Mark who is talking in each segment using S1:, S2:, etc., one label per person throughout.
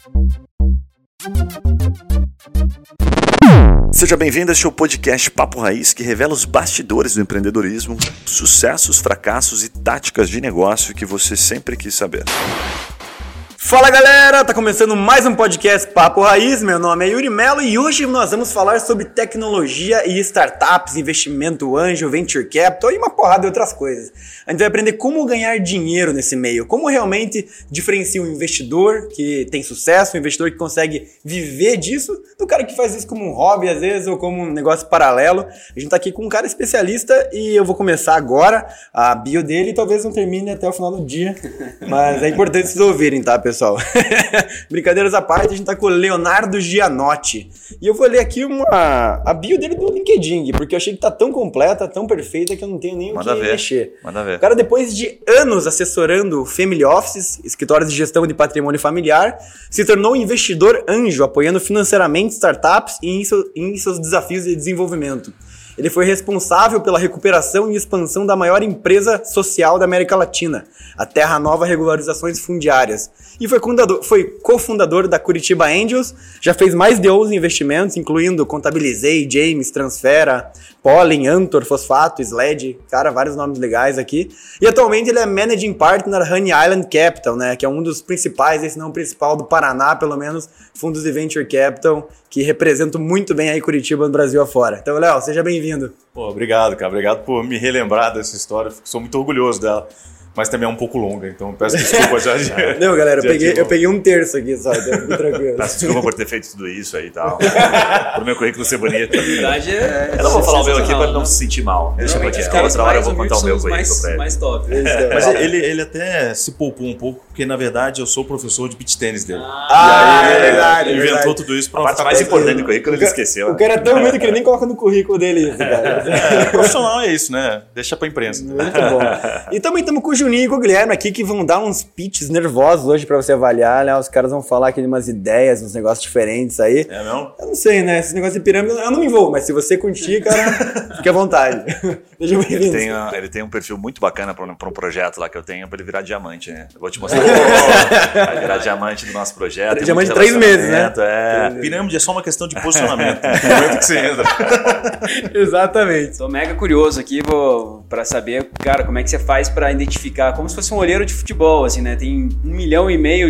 S1: Seja bem-vindo a este podcast Papo Raiz, que revela os bastidores do empreendedorismo, sucessos, fracassos e táticas de negócio que você sempre quis saber.
S2: Fala galera, tá começando mais um podcast Papo Raiz, meu nome é Yuri Mello e hoje nós vamos falar sobre tecnologia e startups, investimento anjo, venture capital e uma porrada de outras coisas. A gente vai aprender como ganhar dinheiro nesse meio, como realmente diferencia um investidor que tem sucesso, um investidor que consegue viver disso, do cara que faz isso como um hobby às vezes ou como um negócio paralelo. A gente tá aqui com um cara especialista e eu vou começar agora a bio dele e talvez não termine até o final do dia, mas é importante vocês ouvirem, tá, pessoal? Brincadeiras à parte, a gente tá com o Leonardo Gianotti. E eu vou ler aqui a bio dele do LinkedIn, porque eu achei que tá tão completa, tão perfeita, que eu não tenho nem o que mexer.
S1: Manda ver.
S2: O cara, depois de anos assessorando family offices, escritórios de gestão de patrimônio familiar, se tornou investidor anjo, apoiando financeiramente startups e em seus desafios de desenvolvimento. Ele foi responsável pela recuperação e expansão da maior empresa social da América Latina, a Terra Nova Regularizações Fundiárias. E foi cofundador da Curitiba Angels, já fez mais de 11 investimentos, incluindo Contabilizei, James, Transfera, Pollen, Antor, Fosfato, Sled, cara, vários nomes legais aqui. E atualmente ele é Managing Partner Honey Island Capital, né, que é um dos principais, esse não o principal do Paraná, pelo menos, fundos de Venture Capital, que representam muito bem aí Curitiba no Brasil afora. Então, Léo, seja bem-vindo.
S3: Pô, obrigado, cara. Obrigado por me relembrar dessa história. Sou muito orgulhoso dela. Mas também é um pouco longa, então peço desculpa já.
S2: Não, galera, eu peguei um terço aqui só, então tranquilo.
S1: Peço desculpa por ter feito tudo isso aí e tal. Por meu currículo ser bonito.
S4: Na verdade
S1: eu não vou falar o meu aqui para não se sentir mal. Deixa pra quieto. Outra hora eu vou contar o meu currículo pra ele.
S4: Mais top.
S3: Mas ele até se poupou um pouco, porque na verdade eu sou professor de beach tênis dele.
S2: É verdade.
S3: Inventou tudo isso pra
S1: A parte mais importante do currículo ele esqueceu.
S2: O cara é tão ruim que ele nem coloca no currículo dele isso, cara.
S3: Profissional é isso, né? Deixa pra imprensa.
S2: Muito bom. E também estamos com o Juninho e com o Guilherme aqui, que vão dar uns pitches nervosos hoje pra você avaliar, né? Os caras vão falar aqui de umas ideias, uns negócios diferentes aí.
S3: É mesmo?
S2: Eu não sei, né? Esse negócio de pirâmide eu não me envolvo, mas se você curtir, cara, fique à vontade. Seja bem-vindo.
S1: Ele tem um perfil muito bacana para um projeto lá que eu tenho, para ele virar diamante, né? Eu vou te mostrar. Vai virar diamante do nosso projeto.
S2: Diamante de 3 meses, né?
S3: Pirâmide é só uma questão de posicionamento. No momento que você entra.
S2: Exatamente.
S4: Tô mega curioso aqui, pra saber, cara, como é que você faz pra identificar, como se fosse um olheiro de futebol, assim, né? Tem 1,5 milhão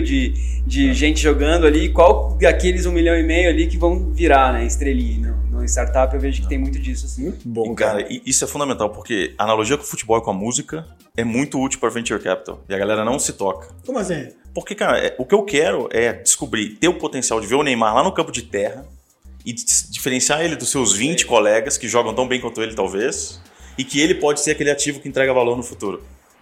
S4: de gente jogando ali, qual daqueles 1,5 milhão ali que vão virar, né? Estrelinha. No startup eu vejo que tem muito disso, assim.
S2: Muito bom,
S3: cara. Isso é fundamental, porque a analogia com o futebol e com a música é muito útil para Venture Capital. E a galera não se toca.
S2: Como assim?
S3: Porque, cara, o que eu quero é descobrir, ter o potencial de ver o Neymar lá no campo de terra e diferenciar ele dos seus 20 colegas que jogam tão bem quanto ele, talvez, e que ele pode ser aquele ativo que entrega valor no futuro.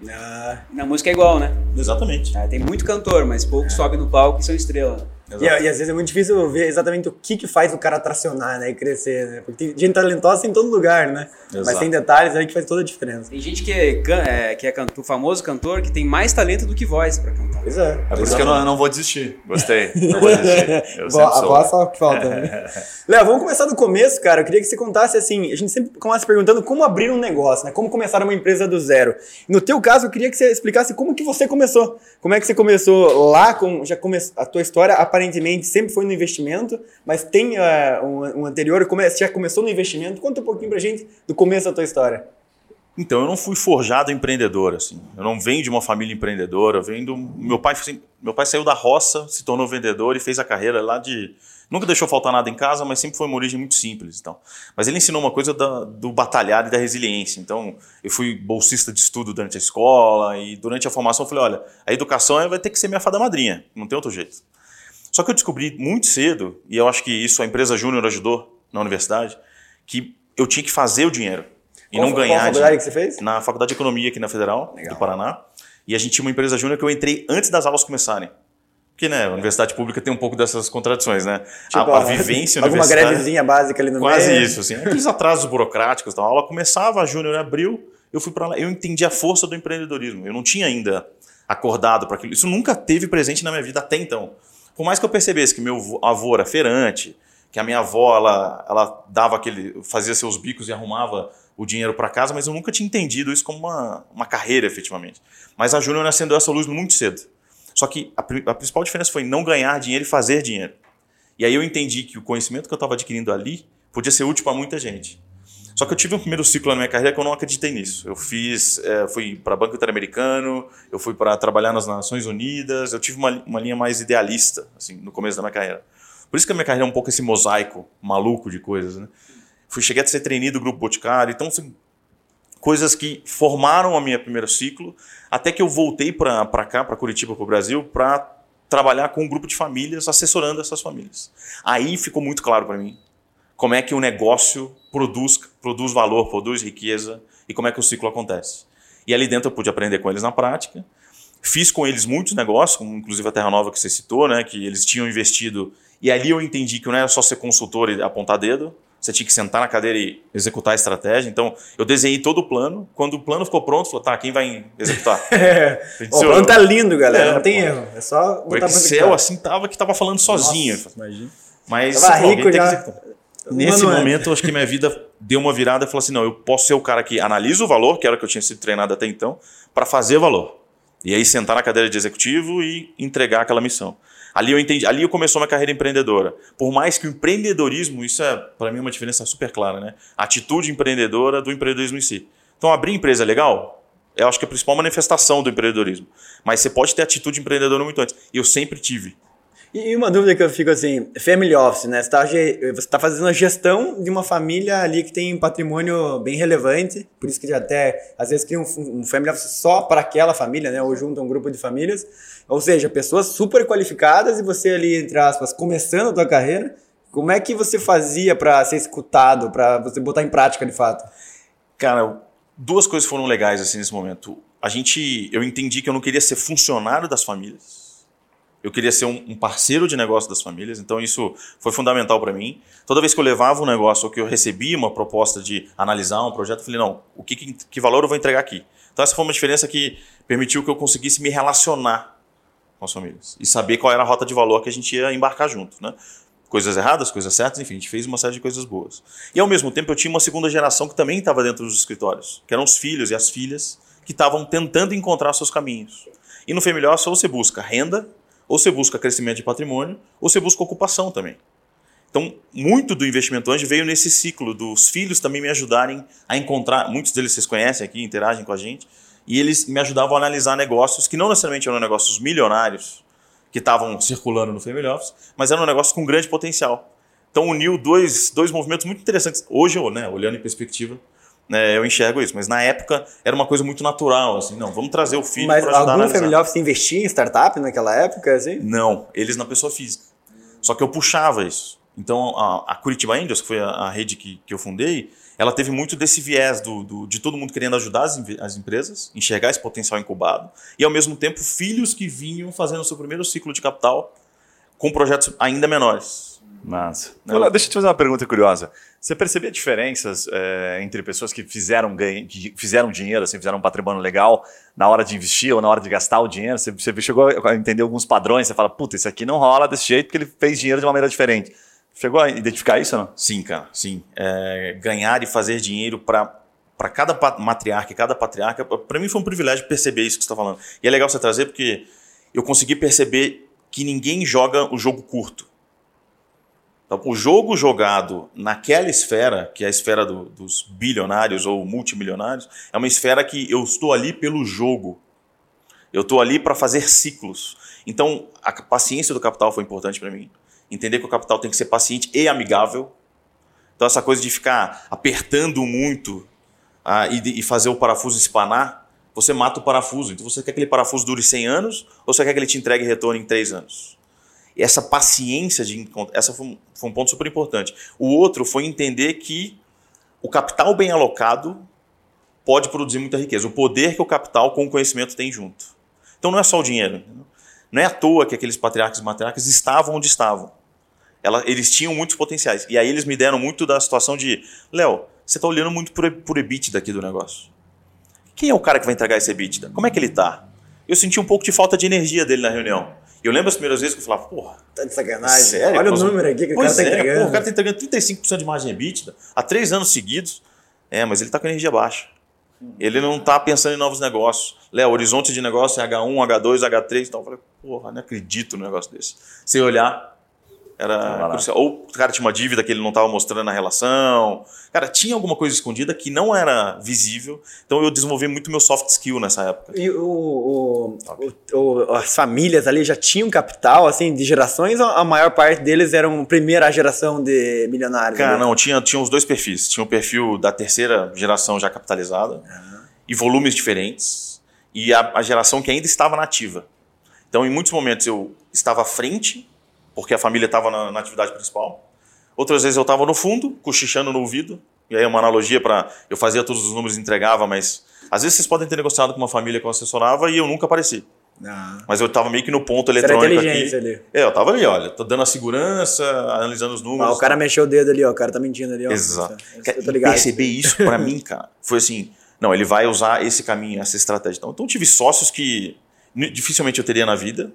S4: Na música é igual, né?
S3: Exatamente.
S4: Tem muito cantor, mas poucos sobem no palco e são estrela.
S2: E às vezes é muito difícil ver exatamente o que faz o cara tracionar, né, e crescer, né? Porque tem gente talentosa em todo lugar, né?
S3: Exato.
S2: Mas tem detalhes aí que faz toda a diferença.
S4: Tem gente que é o famoso cantor que tem mais talento do que voz pra cantar.
S2: Pois é.
S1: É por isso que eu não vou desistir. Gostei. Não vou desistir. Eu
S2: A voz só que falta, né? Léo, vamos começar do começo, cara. Eu queria que você contasse, assim, a gente sempre começa perguntando como abrir um negócio, né? Como começar uma empresa do zero. E no teu caso, eu queria que você explicasse como que você começou. Como é que você começou lá, a tua história aparentemente sempre foi no investimento, mas tem um anterior, você já começou no investimento. Conta um pouquinho pra gente do começo da tua história.
S3: Então, eu não fui forjado empreendedor, assim. Eu não venho de uma família empreendedora, eu venho do... Meu pai saiu da roça, se tornou vendedor e fez a carreira lá de... Nunca deixou faltar nada em casa, mas sempre foi uma origem muito simples. Então. Mas ele ensinou uma coisa do batalhar e da resiliência. Então, eu fui bolsista de estudo durante a escola e durante a formação eu falei, olha, a educação vai ter que ser minha fada madrinha, não tem outro jeito. Só que eu descobri muito cedo, e eu acho que isso a empresa Júnior ajudou na universidade, que eu tinha que fazer o dinheiro. E não ganhar.
S2: Qual faculdade que você fez?
S3: Na Faculdade de Economia aqui na Federal,
S2: Legal.
S3: do Paraná. E a gente tinha uma empresa júnior que eu entrei antes das aulas começarem. Porque, né, a universidade pública tem um pouco dessas contradições, né?
S2: Tipo,
S3: a vivência
S2: alguma
S3: universitária...
S2: grevezinha básica ali no
S3: Quase
S2: meio.
S3: isso, assim. Aqueles atrasos burocráticos. Então, a aula começava, a júnior abriu, eu fui para lá. Eu entendi a força do empreendedorismo. Eu não tinha ainda acordado para aquilo. Isso nunca teve presente na minha vida até então. Por mais que eu percebesse que meu avô era feirante, que a minha avó ela dava fazia seus bicos e arrumava o dinheiro para casa, mas eu nunca tinha entendido isso como uma carreira, efetivamente. Mas a Júnior acendeu essa luz muito cedo. Só que a principal diferença foi não ganhar dinheiro e fazer dinheiro. E aí eu entendi que o conhecimento que eu estava adquirindo ali podia ser útil para muita gente. Só que eu tive um primeiro ciclo na minha carreira que eu não acreditei nisso. Eu fui para Banco Interamericano, eu fui para trabalhar nas Nações Unidas, eu tive uma linha mais idealista assim, no começo da minha carreira. Por isso que a minha carreira é um pouco esse mosaico maluco de coisas. Né? Cheguei a ser trainee do Grupo Boticário, então assim, coisas que formaram a minha primeiro ciclo, até que eu voltei para cá, para Curitiba, para o Brasil, para trabalhar com um grupo de famílias, assessorando essas famílias. Aí ficou muito claro para mim como é que o negócio produz valor, produz riqueza e como é que o ciclo acontece. E ali dentro eu pude aprender com eles na prática. Fiz com eles muitos negócios, como inclusive a Terra Nova que você citou, né, que eles tinham investido. E ali eu entendi que não era só ser consultor e apontar dedo, você tinha que sentar na cadeira e executar a estratégia. Então, eu desenhei todo o plano. Quando o plano ficou pronto, falou, tá, quem vai executar?
S2: O plano tá lindo, galera. Não tem erro. É só botar
S3: pra Excel, assim, que tava falando sozinho.
S2: Nossa, imagina.
S3: Mas
S2: tava rico já.
S3: Nesse momento, acho que minha vida deu uma virada e falou assim, não, eu posso ser o cara que analisa o valor, que era o que eu tinha sido treinado até então, para fazer valor. E aí sentar na cadeira de executivo e entregar aquela missão. Ali eu entendi, ali começou minha carreira empreendedora. Por mais que o empreendedorismo, isso é para mim uma diferença super clara, né? A atitude empreendedora do empreendedorismo em si. Então abrir empresa é legal? Eu acho que é a principal manifestação do empreendedorismo. Mas você pode ter atitude empreendedora muito antes. E eu sempre tive.
S2: E uma dúvida que eu fico assim, family office, né? Você tá fazendo a gestão de uma família ali que tem um patrimônio bem relevante, por isso que já até, às vezes, cria um family office só para aquela família, né? Ou junta um grupo de famílias. Ou seja, pessoas super qualificadas e você ali, entre aspas, começando a tua carreira, como é que você fazia para ser escutado, para você botar em prática de fato?
S3: Cara, duas coisas foram legais assim nesse momento. Eu entendi que eu não queria ser funcionário das famílias. Eu queria ser um parceiro de negócio das famílias, então isso foi fundamental para mim. Toda vez que eu levava um negócio ou que eu recebia uma proposta de analisar um projeto, eu falei, não, que valor eu vou entregar aqui? Então essa foi uma diferença que permitiu que eu conseguisse me relacionar com as famílias e saber qual era a rota de valor que a gente ia embarcar junto, né? Coisas erradas, coisas certas, enfim, a gente fez uma série de coisas boas. E ao mesmo tempo eu tinha uma segunda geração que também estava dentro dos escritórios, que eram os filhos e as filhas que estavam tentando encontrar seus caminhos. E no Family Office ou você busca renda, ou você busca crescimento de patrimônio, ou você busca ocupação também. Então, muito do investimento anjo veio nesse ciclo dos filhos também me ajudarem a encontrar, muitos deles vocês conhecem aqui, interagem com a gente, e eles me ajudavam a analisar negócios que não necessariamente eram negócios milionários, que estavam circulando no Family Office, mas eram negócios com grande potencial. Então, uniu dois movimentos muito interessantes. Hoje, né, olhando em perspectiva, eu enxergo isso, mas na época era uma coisa muito natural, assim, não, vamos trazer o filho para ajudar a analisar.
S2: Mas algum Family Office investia em startup naquela época, assim?
S3: Não, eles na pessoa física. Só que eu puxava isso. Então, a Curitiba Angels, que foi a rede que eu fundei, ela teve muito desse viés de todo mundo querendo ajudar as empresas, enxergar esse potencial incubado, e ao mesmo tempo filhos que vinham fazendo o seu primeiro ciclo de capital com projetos ainda menores.
S1: Massa. Olá, deixa eu te fazer uma pergunta curiosa. Você percebia diferenças entre pessoas que fizeram dinheiro, assim, fizeram um patrimônio legal na hora de investir ou na hora de gastar o dinheiro? Você chegou a entender alguns padrões? Você fala, puta, isso aqui não rola desse jeito porque ele fez dinheiro de uma maneira diferente. Chegou a identificar isso ou não?
S3: Sim, cara, sim. Ganhar e fazer dinheiro para cada matriarca e cada patriarca, para mim foi um privilégio perceber isso que você está falando. E é legal você trazer porque eu consegui perceber que ninguém joga o jogo curto. Então, o jogo jogado naquela esfera, que é a esfera dos bilionários ou multimilionários, é uma esfera que eu estou ali pelo jogo. Eu estou ali para fazer ciclos. Então, a paciência do capital foi importante para mim. Entender que o capital tem que ser paciente e amigável. Então, essa coisa de ficar apertando muito e fazer o parafuso espanar, você mata o parafuso. Então, você quer que aquele parafuso dure 100 anos ou você quer que ele te entregue retorno em 3 anos? E essa paciência essa foi um ponto super importante. O outro foi entender que o capital bem alocado pode produzir muita riqueza. O poder que o capital com o conhecimento tem junto. Então não é só o dinheiro. Não é à toa que aqueles patriarcas e matriarcas estavam onde estavam. Eles tinham muitos potenciais. E aí eles me deram muito da situação de, Léo, você está olhando muito por EBITDA aqui do negócio. Quem é o cara que vai entregar esse EBITDA? Como é que ele está? Eu senti um pouco de falta de energia dele na reunião. Eu lembro as primeiras vezes que eu falava, porra...
S2: Tá de sacanagem.
S3: Sério?
S2: Olha o número aqui que o cara tá entregando.
S3: Porra, o cara tá entregando 35% de margem EBITDA há 3 anos seguidos. Mas ele tá com energia baixa. Ele não está pensando em novos negócios. Léo, horizonte de negócio é H1, H2, H3. Então eu falei, porra, não acredito num negócio desse. Sem olhar, era crucial. Ou o cara tinha uma dívida que ele não estava mostrando na relação. Cara, tinha alguma coisa escondida que não era visível. Então eu desenvolvi muito meu soft skill nessa época.
S2: E as famílias ali já tinham capital, assim, de gerações, ou a maior parte deles eram primeira geração de milionários?
S3: Cara,
S2: ali?
S3: não, tinha os dois perfis. Tinha o perfil da terceira geração já capitalizada e volumes diferentes. E a geração que ainda estava nativa. Então, em muitos momentos, eu estava à frente, porque a família estava na atividade principal. Outras vezes eu estava no fundo, cochichando no ouvido. E aí uma analogia para... Eu fazia todos os números e entregava, mas... Às vezes vocês podem ter negociado com uma família que eu assessorava e eu nunca apareci. Mas eu estava meio que no ponto eletrônico aqui. Ali. Eu estava ali, olha, tô dando a segurança, analisando os números.
S2: O cara mexeu o dedo ali, ó, o cara tá mentindo ali. Ó.
S3: Exato. Perceber isso para mim, cara, foi assim... Não, ele vai usar esse caminho, essa estratégia. Então tive sócios que dificilmente eu teria na vida.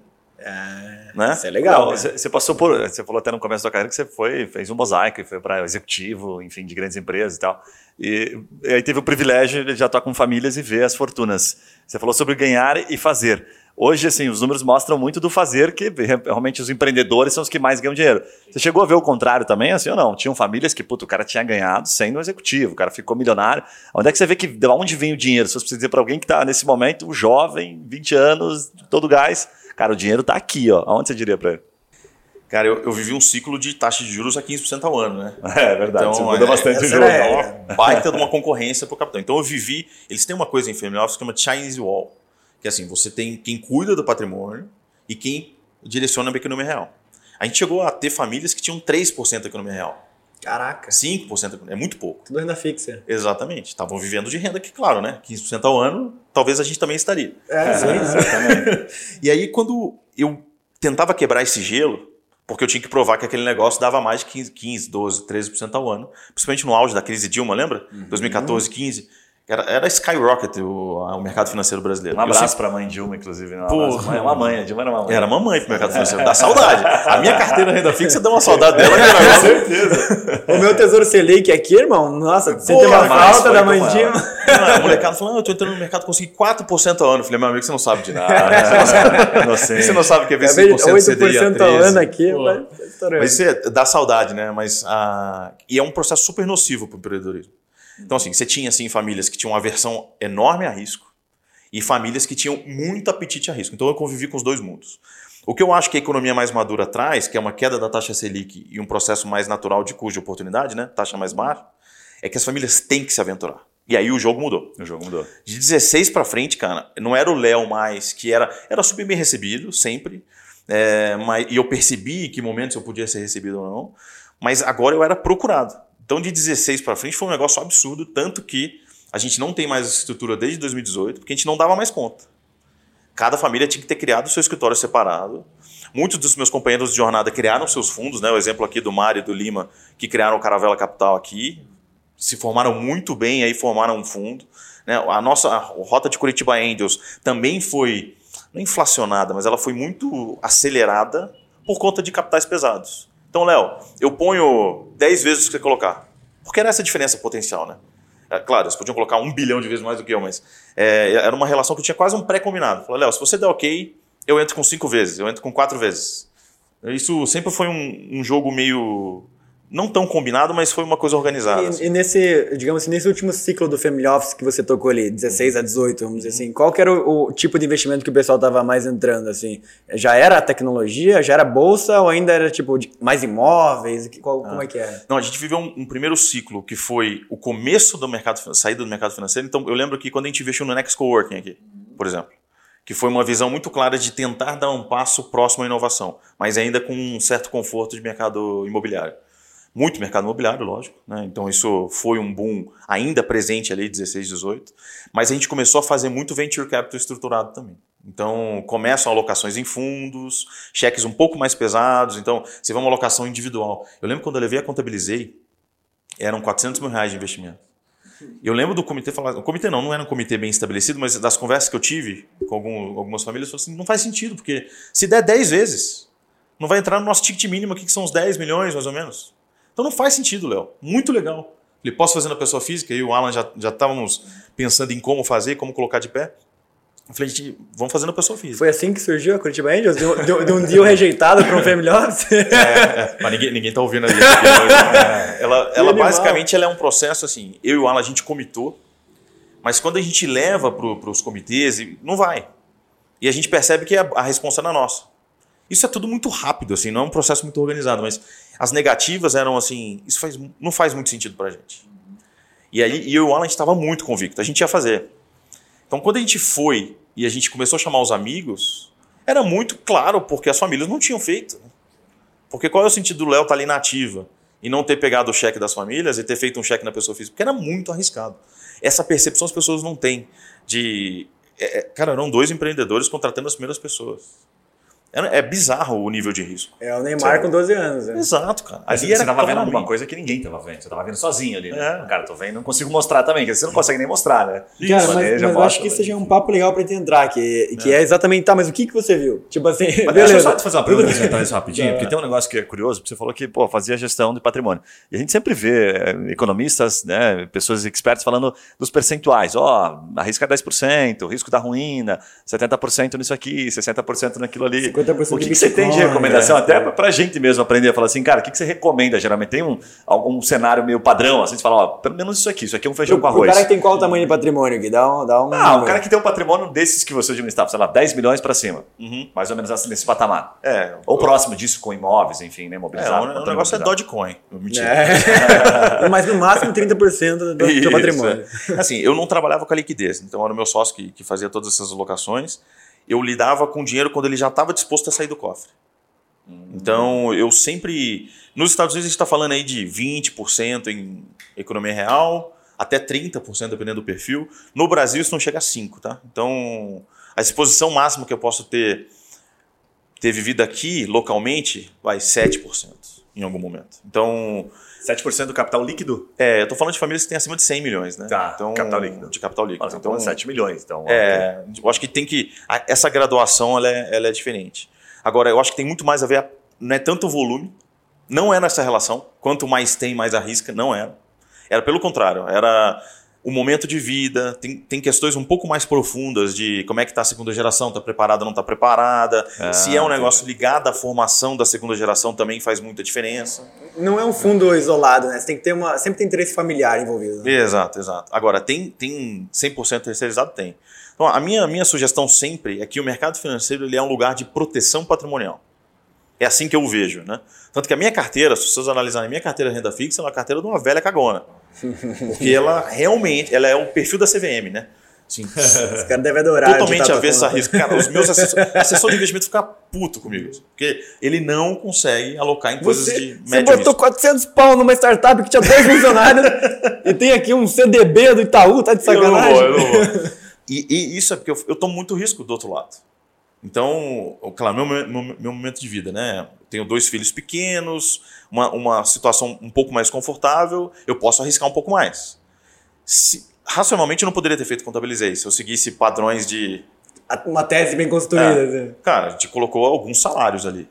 S3: Né?
S2: Isso é legal.
S1: Você passou você falou até no começo da carreira que você fez um mosaico, foi para executivo, enfim, de grandes empresas e tal. E aí teve o privilégio de já estar com famílias e ver as fortunas. Você falou sobre ganhar e fazer. Hoje, assim, os números mostram muito do fazer, que realmente os empreendedores são os que mais ganham dinheiro. Você chegou a ver o contrário também, assim ou não? Tinham famílias que, o cara tinha ganhado sendo um executivo, o cara ficou milionário. Onde é que você vê que, de onde vem o dinheiro? Se você precisa dizer para alguém que está nesse momento, um jovem, 20 anos, todo gás, cara, o dinheiro está aqui, ó. Aonde você diria para ele?
S3: Cara, eu vivi um ciclo de taxa de juros a 15% ao ano, né?
S1: É verdade,
S3: então,
S1: você muda bastante o jogo.
S3: É uma baita de uma concorrência para o capital. Então eu vivi... Eles têm uma coisa em Family Office que chama Chinese Wall. Que é assim, você tem quem cuida do patrimônio e quem direciona a economia real. A gente chegou a ter famílias que tinham 3% da economia real.
S2: Caraca.
S3: 5%, é muito pouco.
S2: Tudo renda fixa.
S3: Exatamente. Estavam vivendo de renda que, claro, né? 15% ao ano, talvez a gente também estaria.
S2: Sim, exatamente.
S3: E aí, quando eu tentava quebrar esse gelo, porque eu tinha que provar que aquele negócio dava mais de 15, 12, 13% ao ano, principalmente no auge da crise Dilma, lembra? 2014, 15. Era skyrocket o mercado financeiro brasileiro.
S1: Um abraço para a mãe Dilma, inclusive. A mamãe, a Dilma era uma mãe.
S3: Era mamãe pro mercado financeiro. Dá saudade. A minha carteira renda fixa dá uma saudade dela. Com certeza.
S2: O meu Tesouro Selic aqui, irmão, nossa, você tem uma falta da mãe Dilma.
S3: A molecada falou, eu tô entrando no mercado, consegui 4% ao ano. Eu falei, meu amigo, você não sabe de nada. Você não sabe o que é ver 5% CDI a 13%.
S2: 8% ao ano aqui.
S3: Mas isso dá saudade, né? E é um processo super nocivo pro empreendedorismo. Então, assim, você tinha assim, famílias que tinham uma aversão enorme a risco e famílias que tinham muito apetite a risco. Então, eu convivi com os dois mundos. O que eu acho que a economia mais madura traz, que é uma queda da taxa Selic e um processo mais natural de custo de oportunidade, né? Taxa mais baixa, é que as famílias têm que se aventurar. E aí o jogo mudou. De 16 para frente, cara, não era o Léo mais, que era super bem recebido, sempre. E eu percebi em que momentos eu podia ser recebido ou não. Mas agora eu era procurado. Então, de 16 para frente foi um negócio absurdo, tanto que a gente não tem mais essa estrutura desde 2018, porque a gente não dava mais conta. Cada família tinha que ter criado o seu escritório separado. Muitos dos meus companheiros de jornada criaram seus fundos, né? O exemplo aqui do Mário e do Lima, que criaram o Caravela Capital aqui, se formaram muito bem, aí formaram um fundo. Né? A Rota de Curitiba Angels também foi, não inflacionada, mas ela foi muito acelerada por conta de capitais pesados. Então, Léo, eu ponho 10 vezes o que você colocar. Porque era essa a diferença potencial, né? Claro, eles podiam colocar 1 bilhão de vezes mais do que eu, mas era uma relação que eu tinha quase um pré-combinado. Falei, Léo, se você der ok, eu entro com 5 vezes, eu entro com 4 vezes. Isso sempre foi um jogo meio... Não tão combinado, mas foi uma coisa organizada.
S2: E nesse, digamos assim, nesse último ciclo do Family Office que você tocou ali, 16 a 18, vamos dizer assim, qual que era o tipo de investimento que o pessoal estava mais entrando, assim? Já era tecnologia, já era bolsa ou ainda era tipo mais imóveis? Como é que era?
S3: Não, a gente viveu um primeiro ciclo que foi o começo do mercado, saída do mercado financeiro. Então, eu lembro que quando a gente investiu no Next Coworking aqui, por exemplo, que foi uma visão muito clara de tentar dar um passo próximo à inovação, mas ainda com um certo conforto de mercado imobiliário. Muito mercado imobiliário, lógico, né? Então isso foi um boom ainda presente ali, 16, 18, mas a gente começou a fazer muito venture capital estruturado também. Então começam alocações em fundos, cheques um pouco mais pesados, então você vê uma alocação individual. Eu lembro quando eu levei a Contabilizei, eram R$400 mil de investimento. Eu lembro do comitê falar, o comitê não era um comitê bem estabelecido, mas das conversas que eu tive com algumas famílias, eu falei assim, não faz sentido, porque se der 10 vezes, não vai entrar no nosso ticket mínimo aqui, que são uns 10 milhões mais ou menos. Então não faz sentido, Léo. Muito legal. Falei, posso fazer na pessoa física? Eu e o Alan já estávamos pensando em como fazer, como colocar de pé. Eu falei, gente, vamos fazer na pessoa física.
S2: Foi assim que surgiu a Curitiba Angels? De um deal rejeitado para um Family Office?
S3: Mas ninguém tá ouvindo ali. Ela basicamente ela é um processo assim, eu e o Alan a gente comitou, mas quando a gente leva para os comitês, não vai. E a gente percebe que a responsa era nossa. Isso é tudo muito rápido, assim, não é um processo muito organizado, mas as negativas eram assim, isso não faz muito sentido pra gente. E aí eu e o Alan a gente estava muito convicto, a gente ia fazer. Então quando a gente foi e a gente começou a chamar os amigos, era muito claro porque as famílias não tinham feito. Porque qual é o sentido do Léo estar ali na ativa e não ter pegado o cheque das famílias e ter feito um cheque na pessoa física? Porque era muito arriscado. Essa percepção as pessoas não têm de... Cara, eram 2 empreendedores contratando as primeiras pessoas. É bizarro o nível de risco.
S2: É o Neymar com 12 anos. Né?
S3: Exato, cara.
S1: Ali você estava vendo alguma coisa que ninguém estava vendo. Você estava vendo sozinho ali. Né? Cara, tô vendo, não consigo mostrar também, porque você não consegue nem mostrar, né?
S2: Cara, mas eu acho que isso já é um papo legal pra gente entrar, que é exatamente, tá, mas o que você viu? Tipo assim,
S1: mas deixa eu só te fazer uma pergunta isso rapidinho, porque tem um negócio que é curioso, você falou que, fazia gestão de patrimônio. E a gente sempre vê economistas, né, pessoas expertas falando dos percentuais. Arrisca 10%, o risco da ruína, 70% nisso aqui, 60% naquilo ali.
S2: 50%
S1: o que você tem de recomendação, até pra gente mesmo aprender a falar assim, cara, o que você recomenda geralmente? Tem algum cenário meio padrão, assim, você fala, pelo menos isso aqui é um feijão com arroz.
S2: O cara que tem qual tamanho de patrimônio aqui? Dá um
S1: o cara que tem um patrimônio desses que você administrava, sei lá, 10 milhões pra cima, mais ou menos assim, nesse patamar. Ou próximo disso com imóveis, enfim, né, imobilizado.
S3: O negócio é Dogecoin, mentira.
S2: Mas no máximo 30% do seu patrimônio.
S3: Assim, eu não trabalhava com a liquidez, então era o meu sócio que fazia todas essas alocações. Eu lidava com dinheiro quando ele já estava disposto a sair do cofre. Então, eu sempre... Nos Estados Unidos, a gente está falando aí de 20% em economia real, até 30%, dependendo do perfil. No Brasil, isso não chega a 5%, tá? Então, a exposição máxima que eu posso ter vivido aqui, localmente, vai 7% em algum momento. Então...
S1: 7% do capital líquido?
S3: Eu tô falando de famílias que têm acima de 100 milhões, né?
S1: Tá,
S3: então,
S1: capital líquido.
S3: De capital líquido.
S1: Então, 7 milhões. Então,
S3: eu acho que tem que... Essa graduação, ela é diferente. Agora, eu acho que tem muito mais a ver... Não é tanto o volume, não é nessa relação. Quanto mais tem, mais arrisca. Não era. Era pelo contrário. Era o momento de vida. Tem questões um pouco mais profundas de como é que está a segunda geração, está preparada ou não está preparada. Se é um negócio ligado à formação da segunda geração, também faz muita diferença.
S2: Não é um fundo isolado, né? Você tem que ter sempre tem interesse familiar envolvido. Né?
S3: Exato. Agora, tem 100% terceirizado? Tem. Então, a minha sugestão sempre é que o mercado financeiro ele é um lugar de proteção patrimonial. É assim que eu o vejo, né? Tanto que a minha carteira, se vocês analisarem a minha carteira de renda fixa, ela é uma carteira de uma velha cagona. Porque ela realmente, ela é o perfil da CVM, né? Assim,
S2: os caras devem adorar.
S3: Totalmente avesso a risco. Cara, os meus assessores de investimento ficam puto comigo. Porque ele não consegue alocar em coisas de médio risco.
S2: Você botou 400 pau numa startup que tinha 2 funcionários e tem aqui um CDB do Itaú, tá de sacanagem?
S3: Eu não vou. E isso é porque eu tomo muito risco do outro lado. Então, claro, meu momento de vida, né? Tenho 2 filhos pequenos, uma situação um pouco mais confortável, eu posso arriscar um pouco mais. Racionalmente, eu não poderia ter feito contabilizei, se eu seguisse padrões de...
S2: Uma tese bem construída. Assim.
S3: Cara, a gente colocou alguns salários ali,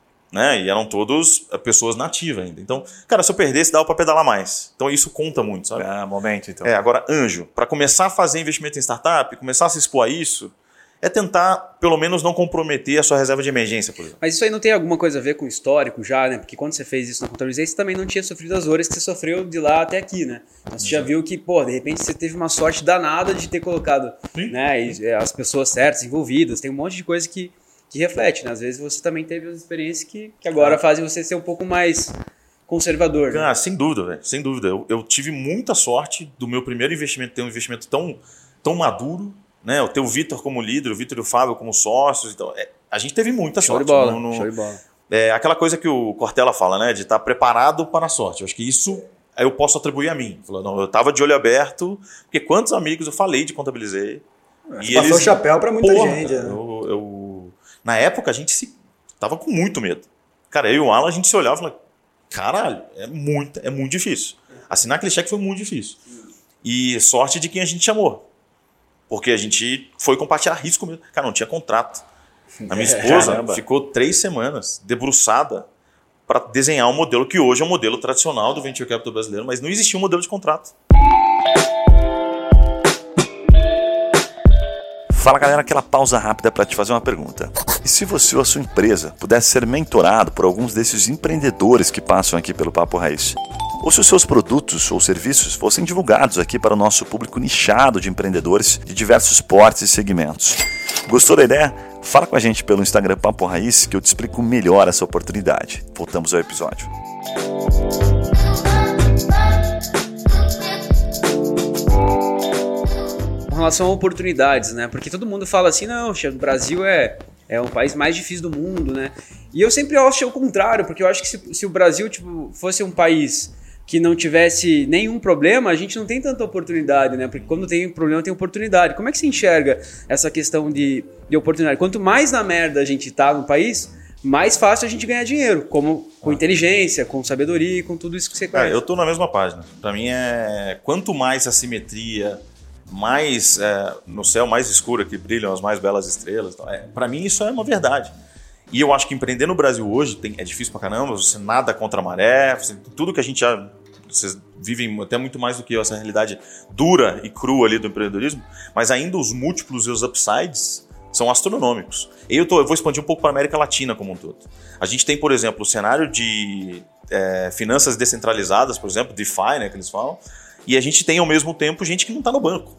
S3: né? E eram todos pessoas nativas ainda. Então, cara, se eu perdesse, dava para pedalar mais. Então, isso conta muito, sabe?
S1: Momento, então.
S3: Agora, anjo, para começar a fazer investimento em startup, começar a se expor a isso... É tentar, pelo menos, não comprometer a sua reserva de emergência, por exemplo.
S4: Mas isso aí não tem alguma coisa a ver com o histórico já, né? Porque quando você fez isso na Contabilizei, você também não tinha sofrido as dores que você sofreu de lá até aqui, né? Então, você já viu que, de repente você teve uma sorte danada de ter colocado, né, as pessoas certas, envolvidas. Tem um monte de coisa que reflete, né? Às vezes você também teve as experiências que agora fazem você ser um pouco mais conservador. Né?
S3: Sem dúvida, velho. Sem dúvida. Eu tive muita sorte do meu primeiro investimento ter um investimento tão maduro, né? Eu tenho o Vitor como líder, o Vitor e o Fábio como sócios. Então, a gente teve muita sorte.
S4: Show de bola.
S3: É aquela coisa que o Cortella fala, né? De estar preparado para a sorte. Eu acho que isso eu posso atribuir a mim. Eu estava de olho aberto, porque quantos amigos eu falei de Contabilizei.
S2: E passou o chapéu para muita gente.
S3: Cara, na época, a gente tava com muito medo. Cara, eu e o Alan, a gente se olhava e falava, caralho, é muito difícil. Assinar aquele cheque foi muito difícil. E sorte de quem a gente chamou. Porque a gente foi compartilhar risco mesmo. Cara, não tinha contrato. A minha esposa ficou 3 semanas debruçada para desenhar um modelo que hoje é um modelo tradicional do Venture Capital brasileiro, mas não existia um modelo de contrato.
S1: Fala galera, aquela pausa rápida para te fazer uma pergunta. E se você ou a sua empresa pudesse ser mentorado por alguns desses empreendedores que passam aqui pelo Papo Raiz? Ou se os seus produtos ou serviços fossem divulgados aqui para o nosso público nichado de empreendedores de diversos portes e segmentos? Gostou da ideia? Fala com a gente pelo Instagram Papo Raiz que eu te explico melhor essa oportunidade. Voltamos ao episódio.
S4: Com relação a oportunidades, né? Porque todo mundo fala assim, não, o Brasil é o país mais difícil do mundo, né? E eu sempre acho o contrário, porque eu acho que se o Brasil fosse um país que não tivesse nenhum problema, a gente não tem tanta oportunidade, né? Porque quando tem problema, tem oportunidade. Como é que você enxerga essa questão de oportunidade? Quanto mais na merda a gente tá no país, mais fácil a gente ganhar dinheiro, como com inteligência, com sabedoria, com tudo isso que você conhece.
S3: Eu tô na mesma página. Para mim quanto mais assimetria, mais no céu mais escuro que brilham as mais belas estrelas. Para mim isso é uma verdade. E eu acho que empreender no Brasil hoje é difícil pra caramba, você nada contra a maré, tudo que a gente já... Vocês vivem até muito mais do que eu, essa realidade dura e crua ali do empreendedorismo, mas ainda os múltiplos e os upsides são astronômicos. Eu vou expandir um pouco para a América Latina como um todo. A gente tem, por exemplo, o cenário de finanças descentralizadas, por exemplo, DeFi, né, que eles falam, e a gente tem, ao mesmo tempo, gente que não está no banco.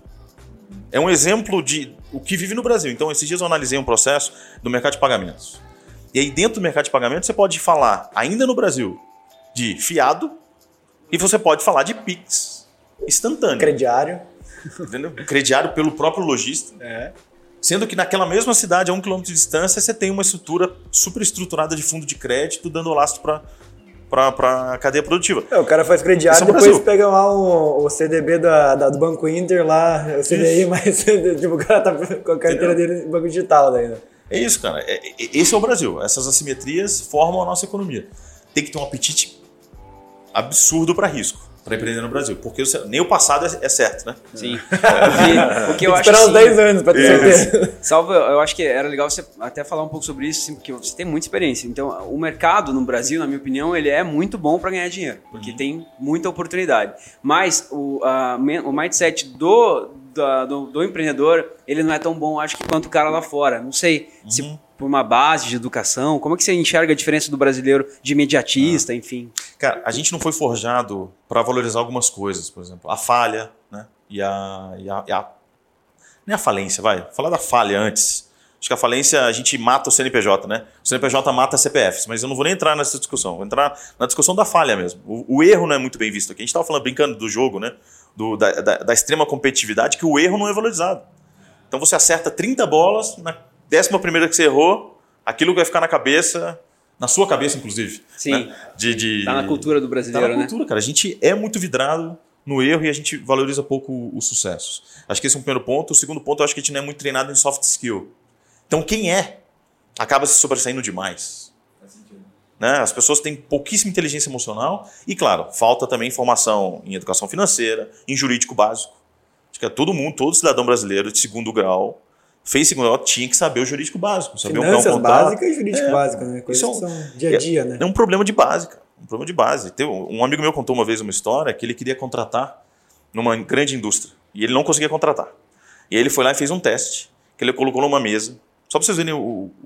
S3: É um exemplo de o que vive no Brasil. Então, esses dias eu analisei um processo do mercado de pagamentos. E aí, dentro do mercado de pagamentos, você pode falar, ainda no Brasil, de fiado, e você pode falar de Pix instantâneo.
S2: Crediário.
S3: Entendeu? Crediário pelo próprio lojista. Sendo que naquela mesma cidade, a 1 km de distância, você tem uma estrutura super estruturada de fundo de crédito, dando lastro para a cadeia produtiva.
S2: O cara faz crediário e depois
S3: Brasil.
S2: pega lá o CDB do Banco Inter, lá, o CDI, mas tipo, o cara tá com a carteira dele no banco digital daí, né?
S3: É isso, cara. Esse é o Brasil. Essas assimetrias formam a nossa economia. Tem que ter um apetite absurdo para risco, para empreender no Brasil. Porque nem o passado é certo, né?
S4: Sim. Porque eu acho
S2: esperar uns
S4: assim,
S2: 10 anos para ter certeza.
S4: Salvo, eu acho que era legal você até falar um pouco sobre isso, assim, porque você tem muita experiência. Então, o mercado no Brasil, na minha opinião, ele é muito bom para ganhar dinheiro, porque tem muita oportunidade. Mas o mindset do empreendedor, ele não é tão bom, acho que quanto o cara lá fora. Não sei se por uma base de educação, como é que você enxerga a diferença do brasileiro de imediatista, enfim?
S3: Cara, a gente não foi forjado para valorizar algumas coisas, por exemplo, a falha, né? Nem a falência, vai. Vou falar da falha antes. Acho que a falência, a gente mata o CNPJ, né? O CNPJ mata CPFs, mas eu não vou nem entrar nessa discussão. Vou entrar na discussão da falha mesmo. O erro não é muito bem visto aqui. A gente estava falando, brincando do jogo, né? Da extrema competitividade, que o erro não é valorizado. Então você acerta 30 bolas, na 11ª que você errou, aquilo vai ficar na cabeça, na sua cabeça, inclusive.
S4: Sim.
S3: Né?
S4: Tá na cultura do brasileiro,
S3: tá na cultura, cara. A gente é muito vidrado no erro e a gente valoriza pouco os sucessos. Acho que esse é um primeiro ponto. O segundo ponto, eu acho que a gente não é muito treinado em soft skill. Então, quem acaba se sobressaindo demais. Né? As pessoas têm pouquíssima inteligência emocional e, claro, falta também formação em educação financeira, em jurídico básico. Acho que todo cidadão brasileiro de segundo grau fez segundo grau, tinha que saber o jurídico básico. Saber
S2: Finanças
S3: um contrato
S2: básicas e jurídico básico, né? Coisas que são dia a dia, né?
S3: É um problema de base, cara. Um problema de base. Um amigo meu contou uma vez uma história que ele queria contratar numa grande indústria e ele não conseguia contratar. E aí ele foi lá e fez um teste que ele colocou numa mesa, só para vocês verem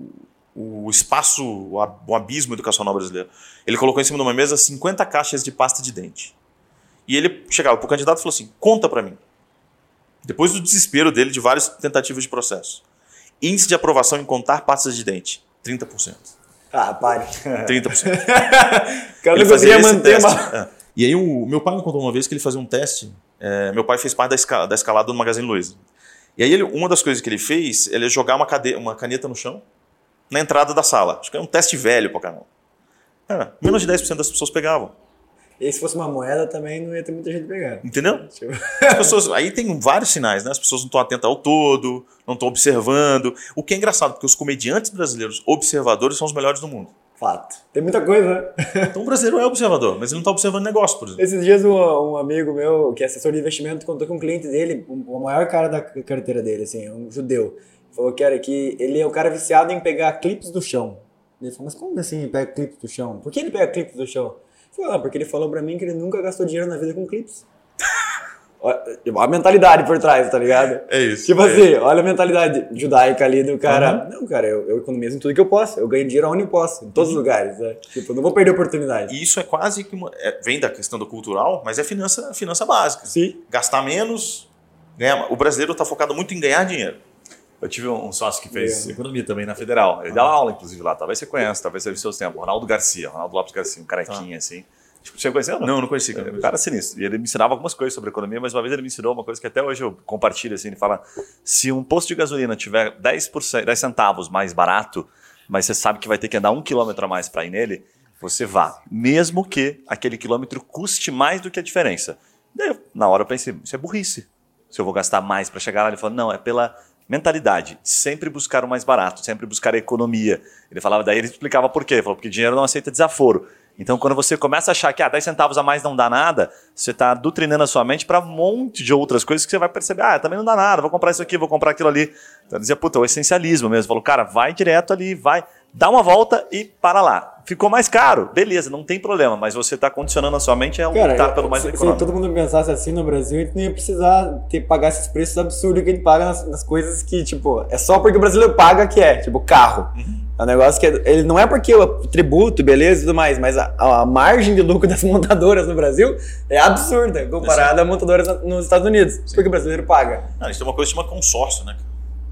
S3: o espaço, o abismo educacional brasileiro. Ele colocou em cima de uma mesa 50 caixas de pasta de dente. E ele chegava para o candidato e falou assim, conta para mim. Depois do desespero dele de várias tentativas de processo. Índice de aprovação em contar pastas de dente, 30%.
S2: Ah, pare.
S3: 30%.
S2: Cara,
S3: Ele
S2: não
S3: fazia
S2: conseguia
S3: esse
S2: manter
S3: teste.
S2: uma...
S3: E aí o meu pai me contou uma vez que ele fazia um teste. Meu pai fez parte da escalada do Magazine Luiza. E aí uma das coisas que ele fez, ele é jogar uma caneta no chão na entrada da sala. Acho que é um teste velho pra caramba. Menos de 10% das pessoas pegavam.
S2: E se fosse uma moeda também não ia ter muita gente pegando.
S3: Entendeu? As pessoas, aí tem vários sinais, né? As pessoas não estão atentas ao todo, não estão observando. O que é engraçado, porque os comediantes brasileiros observadores são os melhores do mundo.
S2: Fato. Tem muita coisa, né?
S3: Então o brasileiro é observador, mas ele não está observando negócio, por exemplo.
S2: Esses dias um amigo meu, que é assessor de investimento, contou que um cliente dele, o maior cara da carteira dele, assim, um judeu, falou que ele é o cara viciado em pegar clipes do chão. Ele falou, mas como assim pega clipes do chão? Por que ele pega clipes do chão? Eu falei, porque ele falou pra mim que ele nunca gastou dinheiro na vida com clipes. Olha a mentalidade por trás, tá ligado?
S3: É isso.
S2: Tipo assim, olha a mentalidade judaica ali do cara. Não, cara, eu economizo em tudo que eu posso. Eu ganho dinheiro onde eu posso, em todos os lugares. Né? Tipo, eu não vou perder oportunidade.
S3: E isso é quase que... vem da questão do cultural, mas é finança básica.
S2: Sim.
S3: Gastar menos, ganhar. O brasileiro tá focado muito em ganhar dinheiro.
S1: Eu tive um sócio que fez economia também na Federal. Ele dá aula, inclusive, lá. Talvez você conheça, talvez seja o seu tempo. Ronaldo Lopes Garcia, um carequinha assim. Tipo, você conheceu?
S3: Não conheci.
S1: Um cara sinistro. E ele me ensinava algumas coisas sobre economia, mas uma vez ele me ensinou uma coisa que até hoje eu compartilho, assim, ele fala, se um posto de gasolina tiver 10 centavos mais barato, mas você sabe que vai ter que andar 1 quilômetro a mais para ir nele, você vá. Mesmo que aquele quilômetro custe mais do que a diferença. Daí, na hora eu pensei, isso é burrice. Se eu vou gastar mais para chegar lá, ele falou, não, é pela mentalidade. Sempre buscar o mais barato, sempre buscar a economia. Ele falava, daí ele explicava por quê. Ele falou, porque dinheiro não aceita desaforo. Então, quando você começa a achar que 10 centavos a mais não dá nada, você está doutrinando a sua mente para um monte de outras coisas que você vai perceber. Também não dá nada, vou comprar isso aqui, vou comprar aquilo ali. Então, eu dizia, o essencialismo mesmo. Falou, cara, vai direto ali, vai, dá uma volta e para lá. Ficou mais caro, beleza, não tem problema, mas você está condicionando a sua mente a lutar pelo mais econômico.
S2: Se todo mundo pensasse assim no Brasil, a gente não ia precisar pagar esses preços absurdos que a gente paga nas coisas que, tipo, é só porque o brasileiro paga que é, tipo, carro. É um negócio que ele não é porque o tributo, beleza e tudo mais, mas a margem de lucro das montadoras no Brasil é absurda comparada a montadoras nos Estados Unidos. Sim. Porque o brasileiro paga.
S3: Não, isso é uma coisa que chama consórcio, né?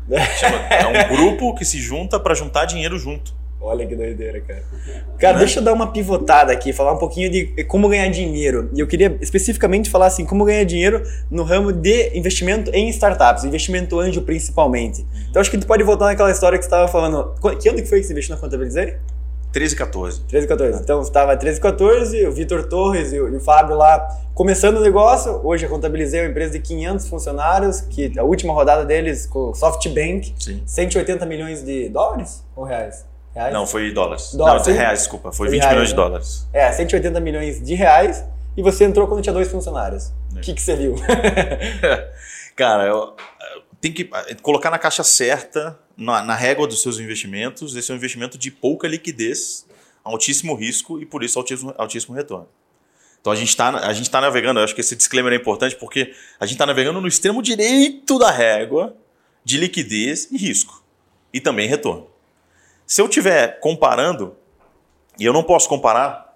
S3: É um grupo que se junta para juntar dinheiro junto.
S2: Olha que doideira, cara. Cara, deixa eu dar uma pivotada aqui, falar um pouquinho de como ganhar dinheiro. E eu queria especificamente falar assim, como ganhar dinheiro no ramo de investimento em startups, investimento anjo principalmente. Então acho que tu pode voltar naquela história que você estava falando. Que ano que foi que você investiu na Contabilizare?
S3: 13 e 14.
S2: 13 e 14. Então você estava 13 e 14, o Vitor Torres e o Fábio lá começando o negócio. Hoje a Contabilizare é uma empresa de 500 funcionários, que a última rodada deles com o SoftBank,
S3: sim,
S2: 180 milhões de dólares ou reais? Reais?
S3: Não, foi dólares.
S2: Não,
S3: reais, desculpa. Foi 20
S2: reais,
S3: milhões de dólares.
S2: 180 milhões de reais e você entrou quando tinha 2 funcionários. O que você viu?
S3: Cara, eu tenho que colocar na caixa certa, na régua dos seus investimentos. Esse é um investimento de pouca liquidez, altíssimo risco e por isso altíssimo retorno. Então a gente tá navegando, eu acho que esse disclaimer é importante porque a gente está navegando no extremo direito da régua de liquidez e risco. E também retorno. Se eu estiver comparando, e eu não posso comparar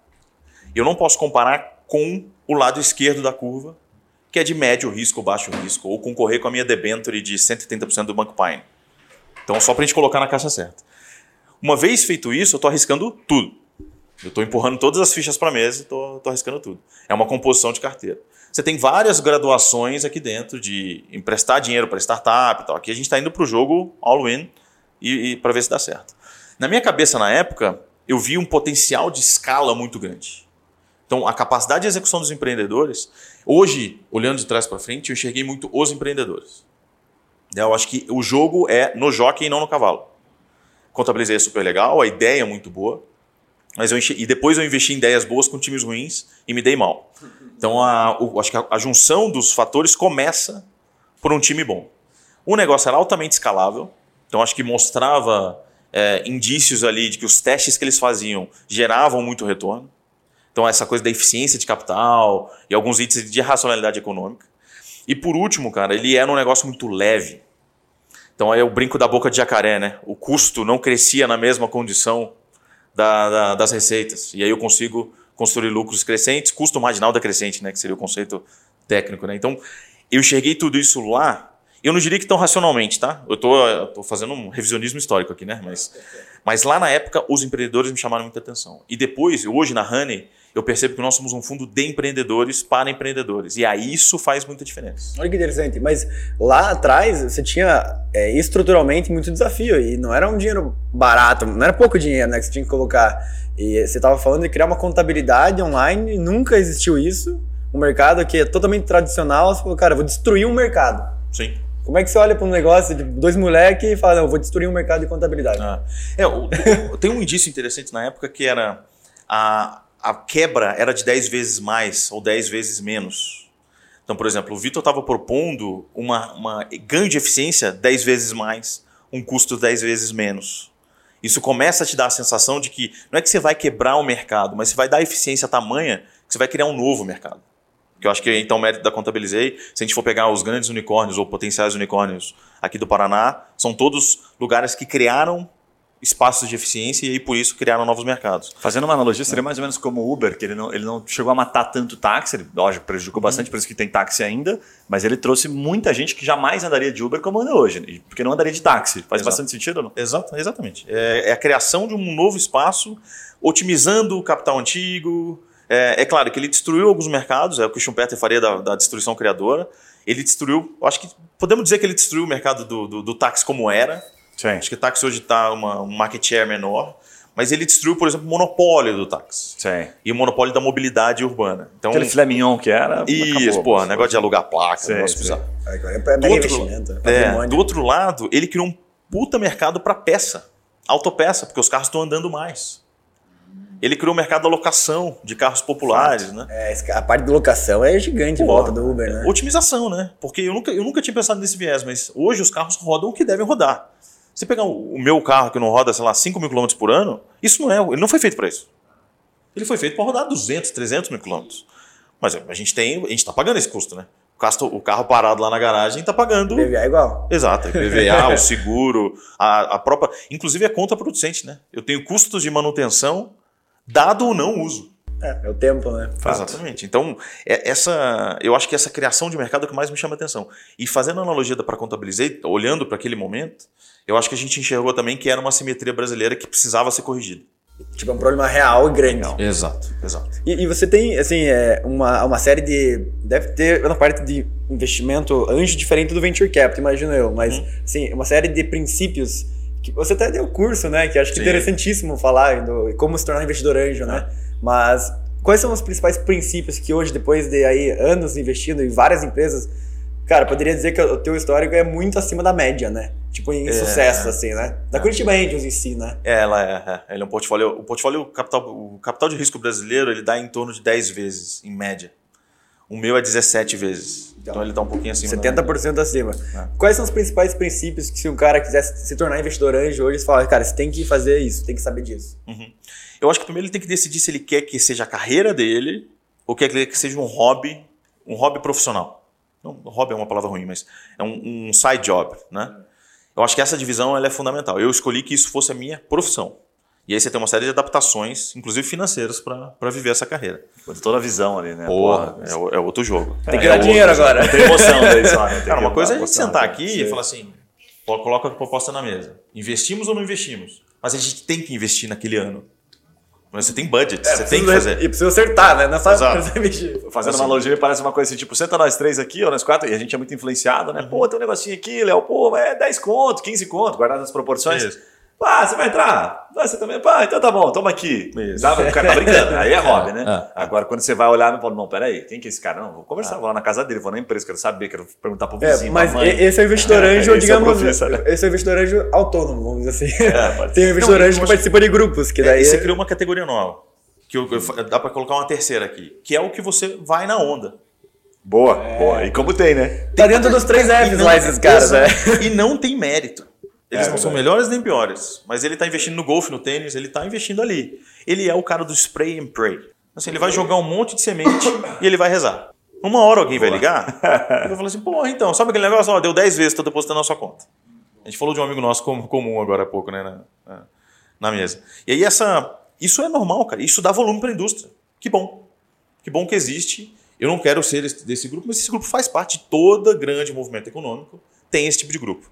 S3: com o lado esquerdo da curva, que é de médio risco ou baixo risco, ou concorrer com a minha debenture de 130% do Banco Pine. Então, só para a gente colocar na caixa certa. Uma vez feito isso, eu estou arriscando tudo. Eu estou empurrando todas as fichas para a mesa e estou arriscando tudo. É uma composição de carteira. Você tem várias graduações aqui dentro de emprestar dinheiro para startup e tal. Aqui a gente está indo para o jogo all-in e para ver se dá certo. Na minha cabeça, na época, eu vi um potencial de escala muito grande. Então, a capacidade de execução dos empreendedores... Hoje, olhando de trás para frente, eu enxerguei muito os empreendedores. Eu acho que o jogo é no jockey e não no cavalo. Contabilizei é super legal, a ideia é muito boa, mas e depois eu investi em ideias boas com times ruins e me dei mal. Então, acho que a junção dos fatores começa por um time bom. O negócio era altamente escalável, então acho que mostrava... indícios ali de que os testes que eles faziam geravam muito retorno. Então, essa coisa da eficiência de capital e alguns itens de racionalidade econômica. E por último, cara, ele era um negócio muito leve. Então, aí eu brinco da boca de jacaré, né? O custo não crescia na mesma condição das receitas. E aí eu consigo construir lucros crescentes, custo marginal decrescente, né? Que seria o conceito técnico, né? Então, eu enxerguei tudo isso lá. Eu não diria que tão racionalmente, tá? Eu tô fazendo um revisionismo histórico aqui, né? Mas lá na época, os empreendedores me chamaram muita atenção. E depois, hoje na Honey, eu percebo que nós somos um fundo de empreendedores para empreendedores. E aí isso faz muita diferença.
S2: Olha que interessante. Mas lá atrás, você tinha estruturalmente muito desafio. E não era um dinheiro barato, não era pouco dinheiro, né, que você tinha que colocar. E você estava falando de criar uma contabilidade online, nunca existiu isso. Um mercado que é totalmente tradicional. Você falou, cara, eu vou destruir um mercado.
S3: Sim.
S2: Como é que você olha para um negócio de 2 moleques e fala, não, eu vou destruir um mercado de contabilidade?
S3: Tem um indício interessante na época que era a quebra era de 10 vezes mais ou 10 vezes menos. Então, por exemplo, o Vitor estava propondo uma ganho de eficiência 10 vezes mais, um custo 10 vezes menos. Isso começa a te dar a sensação de que não é que você vai quebrar o mercado, mas você vai dar eficiência tamanha que você vai criar um novo mercado. Que eu acho que então o mérito da Contabilizei, se a gente for pegar os grandes unicórnios ou potenciais unicórnios aqui do Paraná, são todos lugares que criaram espaços de eficiência e aí por isso criaram novos mercados.
S1: Fazendo uma analogia, seria mais ou menos como o Uber, que ele não chegou a matar tanto táxi, ele, lógico, prejudicou bastante, por isso que tem táxi ainda, mas ele trouxe muita gente que jamais andaria de Uber como anda hoje, porque não andaria de táxi. Faz bastante sentido, não?
S3: Exatamente. É a criação de um novo espaço, otimizando o capital antigo. É claro que ele destruiu alguns mercados, é o que o Schumpeter faria da destruição criadora. Ele destruiu, acho que podemos dizer que ele destruiu o mercado do táxi como era.
S1: Sim.
S3: Acho que o táxi hoje está um market share menor, mas ele destruiu, por exemplo, o monopólio do táxi.
S1: Sim.
S3: E o monopólio da mobilidade urbana. Então,
S1: aquele filé mignon que era...
S3: Isso, porra, negócio de alugar placa, negócio bizarro.
S2: Agora é mega investimento.
S3: Do outro lado, ele criou um puta mercado para peça, autopeça, porque os carros estão andando mais. Ele criou o mercado da locação de carros populares, né?
S2: A parte de locação é gigante em volta do Uber, né?
S3: Otimização, né? Porque eu nunca tinha pensado nesse viés, mas hoje os carros rodam o que devem rodar. Você pegar o meu carro que não roda, sei lá, 5 mil km por ano, ele não foi feito para isso. Ele foi feito para rodar 200, 300 mil quilômetros. Mas a gente está pagando esse custo, né? O carro parado lá na garagem está pagando...
S2: IPVA é igual.
S3: Exato, IPVA, o seguro, a própria... Inclusive é contraproducente, né? Eu tenho custos de manutenção dado o não uso.
S2: É o tempo, né?
S3: Fato. Exatamente. Então, eu acho que essa criação de mercado é o que mais me chama a atenção. E fazendo a analogia para Contabilizei, olhando para aquele momento, eu acho que a gente enxergou também que era uma assimetria brasileira que precisava ser corrigida.
S2: Tipo, é um problema real e grande.
S3: Exato.
S2: E você tem, assim, uma série de... Deve ter uma parte de investimento anjo diferente do Venture Capital, imagino eu. Mas, assim, uma série de princípios que você até deu curso, né? Que acho que é interessantíssimo falar do como se tornar investidor anjo, né? Mas quais são os principais princípios que hoje, depois de aí anos investindo em várias empresas, cara, poderia dizer que o teu histórico é muito acima da média, né? Tipo, em sucesso, assim, né? Da Curitiba Angels em si, né?
S3: Ele é um portfólio... O capital de risco brasileiro, ele dá em torno de 10 vezes, em média. O meu é 17 vezes. Então ele está um pouquinho acima.
S2: 70% acima. Quais são os principais princípios que se um cara quisesse se tornar investidor anjo hoje, você fala, cara, você tem que fazer isso, tem que saber disso?
S3: Eu acho que primeiro ele tem que decidir se ele quer que seja a carreira dele ou quer que seja um hobby profissional. Não, hobby é uma palavra ruim, mas é um side job, né? Eu acho que essa divisão ela é fundamental. Eu escolhi que isso fosse a minha profissão. E aí você tem uma série de adaptações, inclusive financeiras, para viver essa carreira.
S1: Toda a visão ali, né?
S3: Porra, é outro jogo.
S2: Tem que dar dinheiro agora.
S1: Não tem emoção daí só, né?
S3: Cara, uma coisa é a gente sentar aqui e falar assim, coloca a proposta na mesa. Investimos ou não investimos? Mas a gente tem que investir naquele ano. Mas você tem budget, você tem que fazer.
S2: E precisa acertar, né? Não é só
S1: investir. Fazendo uma analogia, parece uma coisa assim, tipo, senta nós três aqui, ou nós quatro, e a gente é muito influenciado, né? Pô, tem um negocinho aqui, Léo, pô, é 10 conto, 15 conto, guardado as proporções.
S3: Isso.
S1: Você vai entrar? Você também? Então tá bom, toma aqui. O cara tá brincando, aí é hobby, né? Agora, quando você vai olhar, eu falo, não, peraí, quem que é esse cara? Não, vou conversar, vou lá na casa dele, vou na empresa, quero saber, quero perguntar pro vizinho,
S2: mas esse é o investidor anjo, digamos,
S1: né?
S2: esse é o investidor anjo autônomo, vamos dizer assim. Tem o investidor anjo que participa de grupos, que daí...
S3: Você criou uma categoria nova, que dá pra colocar uma terceira aqui, que é o que você vai na onda.
S1: Boa. E como tem, né?
S2: Tá dentro dos 3 Fs lá, esses caras, né?
S3: E não tem mérito. Eles não são melhores nem piores, mas ele está investindo no golfe, no tênis, ele está investindo ali. Ele é o cara do spray and pray. Assim, ele vai jogar um monte de semente e ele vai rezar. Uma hora alguém vai ligar e vai falar assim, pô, então, sabe aquele negócio? Deu 10 vezes, estou depositando na sua conta. A gente falou de um amigo nosso comum agora há pouco, né, na mesa. E aí isso é normal, cara. Isso dá volume para a indústria. Que bom. Que bom que existe. Eu não quero ser desse grupo, mas esse grupo faz parte de todo grande movimento econômico. Tem esse tipo de grupo.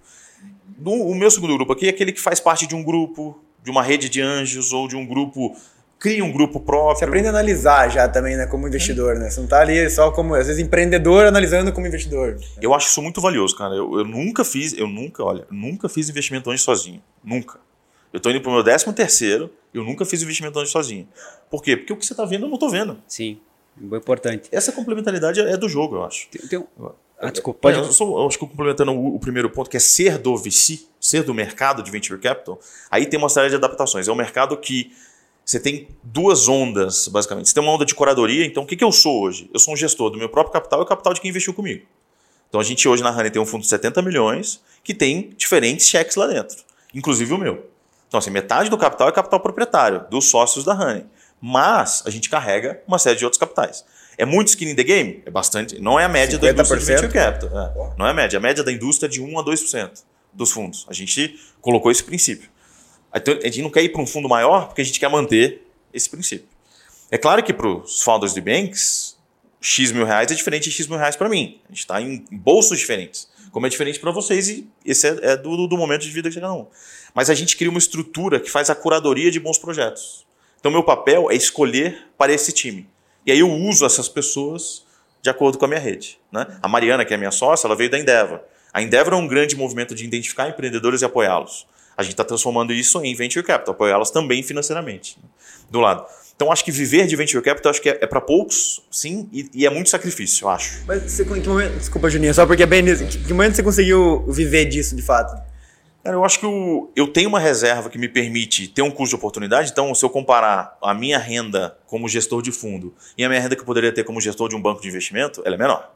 S3: O meu segundo grupo aqui é aquele que faz parte de um grupo, de uma rede de anjos ou de um grupo, cria um grupo próprio.
S2: Você aprende a analisar já também, né, como investidor, né? Você não tá ali só como, às vezes, empreendedor analisando como investidor.
S3: Eu acho isso muito valioso, cara. Eu nunca fiz investimento anjo sozinho. Nunca. Eu tô indo pro meu 13º, eu nunca fiz investimento anjo sozinho. Por quê? Porque o que você tá vendo, eu não tô vendo.
S4: Sim, importante.
S3: Essa complementaridade é do jogo, eu acho.
S4: Desculpa, pode...
S3: Eu acho que complementando o primeiro ponto, que é ser do VC, ser do mercado de Venture Capital, aí tem uma série de adaptações. É um mercado que você tem 2 ondas, basicamente. Você tem uma onda de curadoria, então o que eu sou hoje? Eu sou um gestor do meu próprio capital e o capital de quem investiu comigo. Então a gente hoje na Honey tem um fundo de 70 milhões que tem diferentes cheques lá dentro, inclusive o meu. Então, assim, metade do capital é capital proprietário, dos sócios da Honey. Mas a gente carrega uma série de outros capitais. É muito skin in the game? É bastante. Não é a média da indústria de venture capital. Não é a média. A média da indústria é de 1 a 2% dos fundos. A gente colocou esse princípio. Então, a gente não quer ir para um fundo maior porque a gente quer manter esse princípio. É claro que para os founders de banks, X mil reais é diferente de X mil reais para mim. A gente está em bolsos diferentes. Como é diferente para vocês e esse é do momento de vida de cada um. Mas a gente cria uma estrutura que faz a curadoria de bons projetos. Então, meu papel é escolher para esse time. E aí eu uso essas pessoas de acordo com a minha rede. Né? A Mariana, que é minha sócia, ela veio da Endeavor. A Endeavor é um grande movimento de identificar empreendedores e apoiá-los. A gente está transformando isso em Venture Capital, apoiá-las também financeiramente. Do lado. Então, acho que viver de Venture Capital acho que é para poucos, sim, e é muito sacrifício, eu acho.
S2: Mas você, em que momento, desculpa, Juninho, só porque é bem nisso. Em que momento você conseguiu viver disso, de fato?
S3: Cara, eu acho que eu tenho uma reserva que me permite ter um custo de oportunidade. Então, se eu comparar a minha renda como gestor de fundo e a minha renda que eu poderia ter como gestor de um banco de investimento, ela é menor.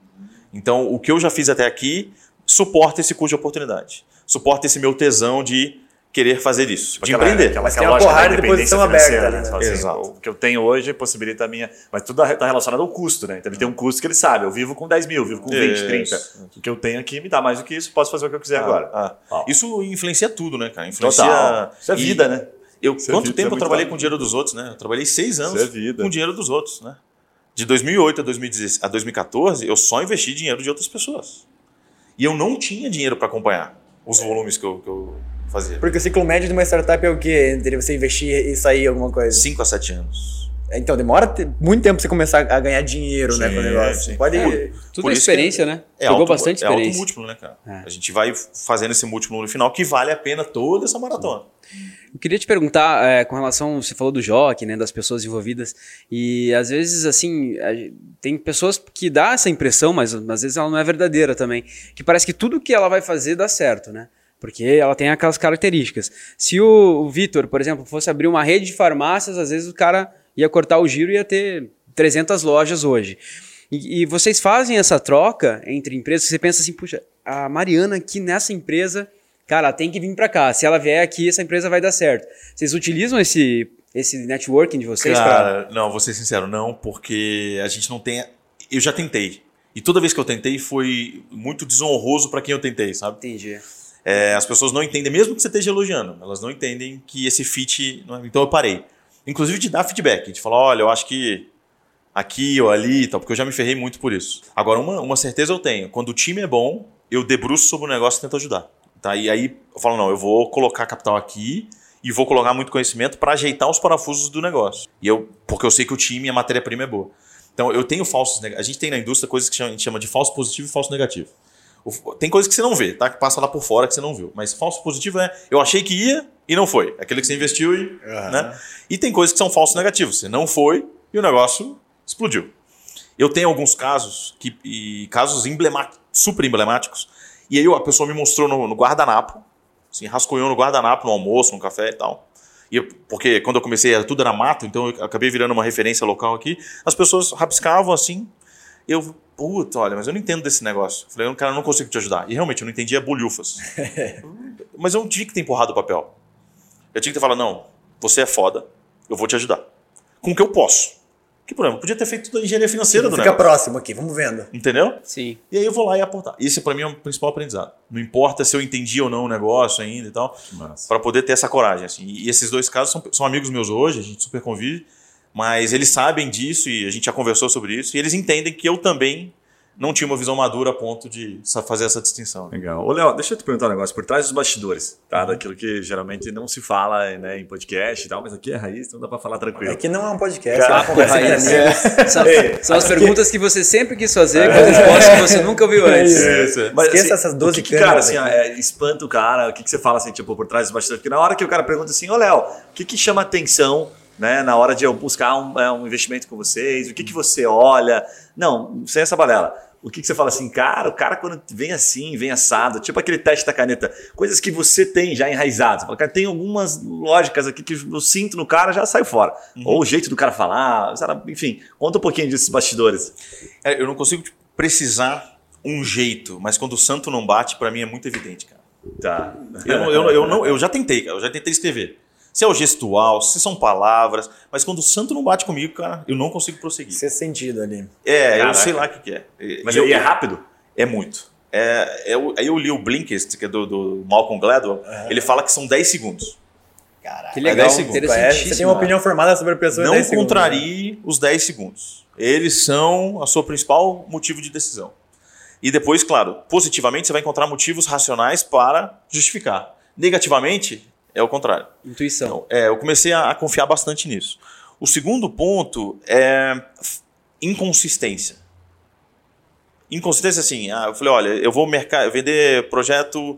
S3: Então, o que eu já fiz até aqui suporta esse custo de oportunidade. Suporta esse meu tesão de querer fazer isso, de empreender.
S2: Mas tem uma porrada de posição aberta. Né?
S1: Assim, exato. O que eu tenho hoje possibilita a minha... Mas tudo está relacionado ao custo, né? Então ele tem um custo que ele sabe. Eu vivo com 10 mil, vivo com 20, 30. O que eu tenho aqui me dá mais do que isso, posso fazer o que eu quiser agora.
S3: Isso influencia tudo, né, cara? Influencia...
S1: Total. Isso é vida, né?
S3: Quanto tempo eu trabalhei com o dinheiro dos outros, né? Eu trabalhei 6 anos com o dinheiro dos outros, né? De 2008 a 2014, eu só investi dinheiro de outras pessoas. E eu não tinha dinheiro para acompanhar os volumes que eu fazia.
S2: Porque o ciclo médio de uma startup é o quê? Entre você investir e sair alguma coisa?
S3: 5 a 7 anos.
S2: Então, demora muito tempo pra você começar a ganhar dinheiro, né, com o negócio.
S3: Sim.
S2: Pode...
S4: Tudo é experiência, né?
S3: Pegou
S4: bastante experiência.
S3: É alto múltiplo, né, cara? A gente vai fazendo esse múltiplo no final que vale a pena toda essa maratona.
S4: Eu queria te perguntar, com relação, você falou do jockey, né, das pessoas envolvidas, e às vezes, assim, tem pessoas que dá essa impressão, mas às vezes ela não é verdadeira também, que parece que tudo que ela vai fazer dá certo, né? Porque ela tem aquelas características. Se o Vitor, por exemplo, fosse abrir uma rede de farmácias, às vezes o cara ia cortar o giro e ia ter 300 lojas hoje. E vocês fazem essa troca entre empresas, você pensa assim, puxa, a Mariana aqui nessa empresa, cara, ela tem que vir para cá. Se ela vier aqui, essa empresa vai dar certo. Vocês utilizam esse networking de vocês?
S3: Cara, não, vou ser sincero, não, porque a gente não tem... Eu já tentei. E toda vez que eu tentei foi muito desonroso para quem eu tentei, sabe?
S4: Entendi.
S3: As pessoas não entendem, mesmo que você esteja elogiando, elas não entendem que esse fit... Então eu parei. Inclusive de dar feedback, de falar, olha, eu acho que aqui ou ali e tal, porque eu já me ferrei muito por isso. Agora, uma certeza eu tenho, quando o time é bom, eu debruço sobre o negócio e tento ajudar. Tá? E aí eu falo, não, eu vou colocar capital aqui e vou colocar muito conhecimento para ajeitar os parafusos do negócio. Porque eu sei que o time e a matéria-prima é boa. Então eu tenho falsos negativos. A gente tem na indústria coisas que a gente chama de falso positivo e falso negativo. Tem coisas que você não vê, tá? Que passa lá por fora que você não viu. Mas falso positivo é eu achei que ia e não foi. Aquele que você investiu e... Né? E tem coisas que são falsos negativos. Você não foi e o negócio explodiu. Eu tenho alguns casos, casos super emblemáticos. E aí a pessoa me mostrou no guardanapo, assim, rascunhou no guardanapo, no almoço, no café e tal. Porque quando eu comecei, tudo era mato, então eu acabei virando uma referência local aqui. As pessoas rabiscavam assim. Puta, olha, mas eu não entendo desse negócio. Eu falei, cara, eu não consigo te ajudar. E realmente, eu não entendia bolhufas. Mas eu não tinha que ter empurrado o papel. Eu tinha que ter falado, não, você é foda, eu vou te ajudar. Com o que eu posso. Que problema? Eu podia ter feito toda a engenharia financeira do negócio.
S2: Fica próximo aqui, vamos vendo.
S3: Entendeu?
S4: Sim.
S3: E aí eu vou lá e aportar. Esse pra mim é o principal aprendizado. Não importa se eu entendi ou não o negócio ainda e tal, para poder ter essa coragem. Assim. E esses dois casos são amigos meus hoje, a gente super convive, mas eles sabem disso e a gente já conversou sobre isso e eles entendem que eu também não tinha uma visão madura a ponto de fazer essa distinção.
S1: Legal. Ô, Léo, deixa eu te perguntar um negócio. Por trás dos bastidores, tá? Daquilo que geralmente não se fala, né, em podcast e tal, mas aqui é raiz, então dá pra falar tranquilo.
S2: Aqui não é um podcast, é uma conversa
S4: raiz. São as perguntas que você sempre quis fazer, com as respostas que você nunca ouviu antes.
S2: Mas, esqueça essas 12
S1: câmeras. Cara, assim, espanta o cara, o que você fala assim, tipo, por trás dos bastidores? Porque na hora que o cara pergunta assim, ô, Léo, o que chama atenção, né, na hora de eu buscar um investimento com vocês? O que você olha? Não, sem essa balela. O que você fala assim, cara, o cara quando vem assim, vem assado, tipo aquele teste da caneta, coisas que você tem já enraizadas. Você fala, cara, tem algumas lógicas aqui que eu sinto no cara, já sai fora. Ou o jeito do cara falar, sabe? Enfim, conta um pouquinho desses bastidores.
S3: Eu não consigo precisar um jeito, mas quando o santo não bate, pra mim é muito evidente, cara.
S1: Tá.
S3: Eu já tentei, cara. Eu já tentei escrever. Se é o gestual, se são palavras, mas quando o santo não bate comigo, cara, eu não consigo prosseguir.
S2: Sexto sentido ali.
S3: Eu sei lá o que é.
S1: Mas aí é rápido?
S3: É muito. Aí eu li o Blinkist, que é do Malcolm Gladwell, ele fala que são 10 segundos.
S2: Caraca.
S4: Que legal,
S3: 10 segundos.
S4: interessantíssimo.
S2: Você tem uma opinião formada sobre a pessoa em
S3: Não
S2: 10 segundos, né?
S3: contrarie os 10 segundos. Eles são a sua principal motivo de decisão. E depois, claro, positivamente você vai encontrar motivos racionais para justificar. Negativamente, é o contrário.
S4: Intuição.
S3: Então, eu comecei a confiar bastante nisso. O segundo ponto é inconsistência. Inconsistência assim, eu falei, olha, eu vou vender projeto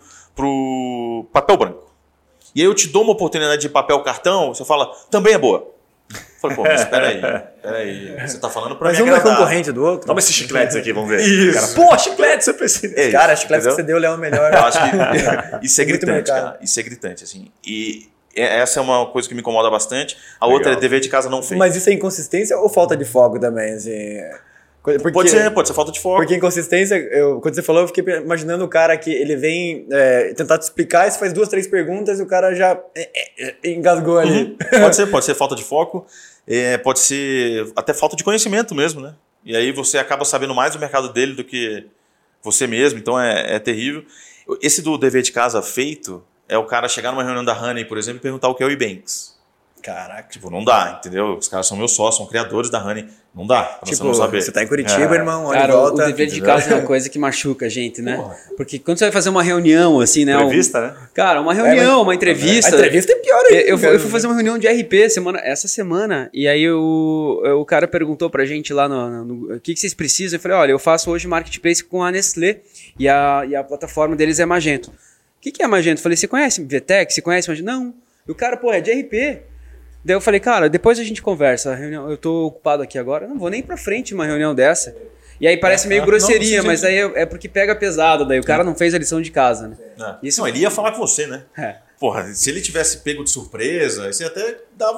S3: pro papel branco. E aí eu te dou uma oportunidade de papel cartão, você fala, também é boa. Eu falei, pô, mas peraí. Você tá falando pra
S2: Mas
S3: mim
S2: um é concorrente do outro.
S1: Toma esses chicletes aqui, vamos ver.
S2: Isso.
S1: Cara, pô, chiclete, você precisa.
S2: Cara, chiclete que
S3: entendeu?
S2: você deu, Léo, é o melhor.
S3: Eu acho que isso é
S2: Muito
S3: gritante,
S2: mercado.
S3: cara. Isso é gritante, assim. E essa é uma coisa que me incomoda bastante. A outra é dever de casa não feito.
S2: Mas isso é inconsistência ou falta de foco também? Assim? Porque,
S3: Pode ser falta de foco.
S2: Porque inconsistência, quando você falou, eu fiquei imaginando o cara que ele vem tentar te explicar e você faz 2, 3 perguntas e o cara já engasgou ali.
S3: Pode ser falta de foco, pode ser até falta de conhecimento mesmo, né? E aí você acaba sabendo mais do mercado dele do que você mesmo, então é terrível. Esse do dever de casa feito é o cara chegar numa reunião da Honey, por exemplo, e perguntar o que é o Ebanks.
S2: Caraca.
S3: Tipo, não dá, entendeu? Os caras são meus sócios, são criadores da Honey. Não dá pra você
S2: Tipo,
S3: não saber.
S2: você tá em Curitiba, irmão, olha
S4: Cara,
S2: e volta.
S4: o dever de casa é uma coisa que machuca a gente, né? Porque quando você vai fazer uma reunião, assim, né?
S1: Entrevista, né?
S4: Cara, uma reunião, uma entrevista.
S2: A entrevista é pior aí.
S4: Eu fui fazer uma reunião de RP essa semana, e aí o cara perguntou pra gente lá no que vocês precisam. Eu falei, olha, eu faço hoje marketplace com a Nestlé e a plataforma deles é Magento. O que é Magento? Eu falei, você conhece VTEX? Você conhece Magento? Não. E o cara, pô, é de RP. Daí eu falei, cara, depois a gente conversa. A reunião, eu tô ocupado aqui agora, não vou nem pra frente uma reunião dessa. E aí parece meio grosseria,
S3: não,
S4: mas aí é porque pega pesado, daí o cara não fez a lição de casa, né?
S3: Isso não, ele ia falar com você, né?
S4: É.
S3: Porra, se ele tivesse pego de surpresa, você até dava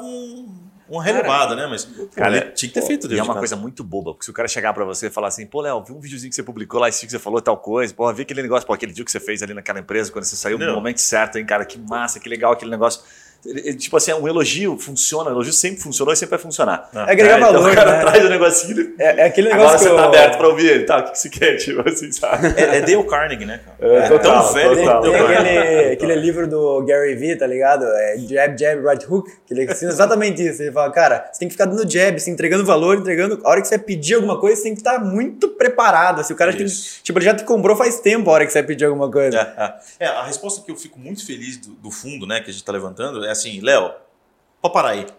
S3: uma relevada, né? Mas, cara, ele tinha que ter feito
S1: E é uma coisa muito boba, porque se o cara chegar pra você e falar assim, pô, Léo, vi um videozinho que você publicou lá, esse dia que você falou tal coisa, pô, vi aquele negócio, pô, aquele dia que você fez ali naquela empresa, quando você saiu no momento certo, hein, cara, que massa, que legal aquele negócio. Tipo assim, um elogio funciona, o elogio sempre funcionou e sempre vai funcionar.
S2: É agregar valor,
S1: então o cara
S2: né?
S1: traz o negocinho.
S2: É aquele negócio
S1: agora você tá aberto pra ouvir ele, tá? O que você quer, tipo assim, sabe?
S3: É Dale Carnegie, né, cara?
S1: Total,
S3: tão velho,
S1: total.
S3: Dale
S2: Tem
S3: Carnegie.
S2: aquele livro do Gary Vee, tá ligado? Jab, jab, right hook. Que ele ensina exatamente isso. Ele fala, cara, você tem que ficar dando jab, assim, entregando valor, entregando. A hora que você vai pedir alguma coisa, você tem que estar muito preparado. Assim, o cara tem, tipo, ele já te comprou faz tempo a hora que você vai pedir alguma coisa.
S3: A resposta que eu fico muito feliz do fundo, né, que a gente tá levantando, é assim, Léo, pode parar aí.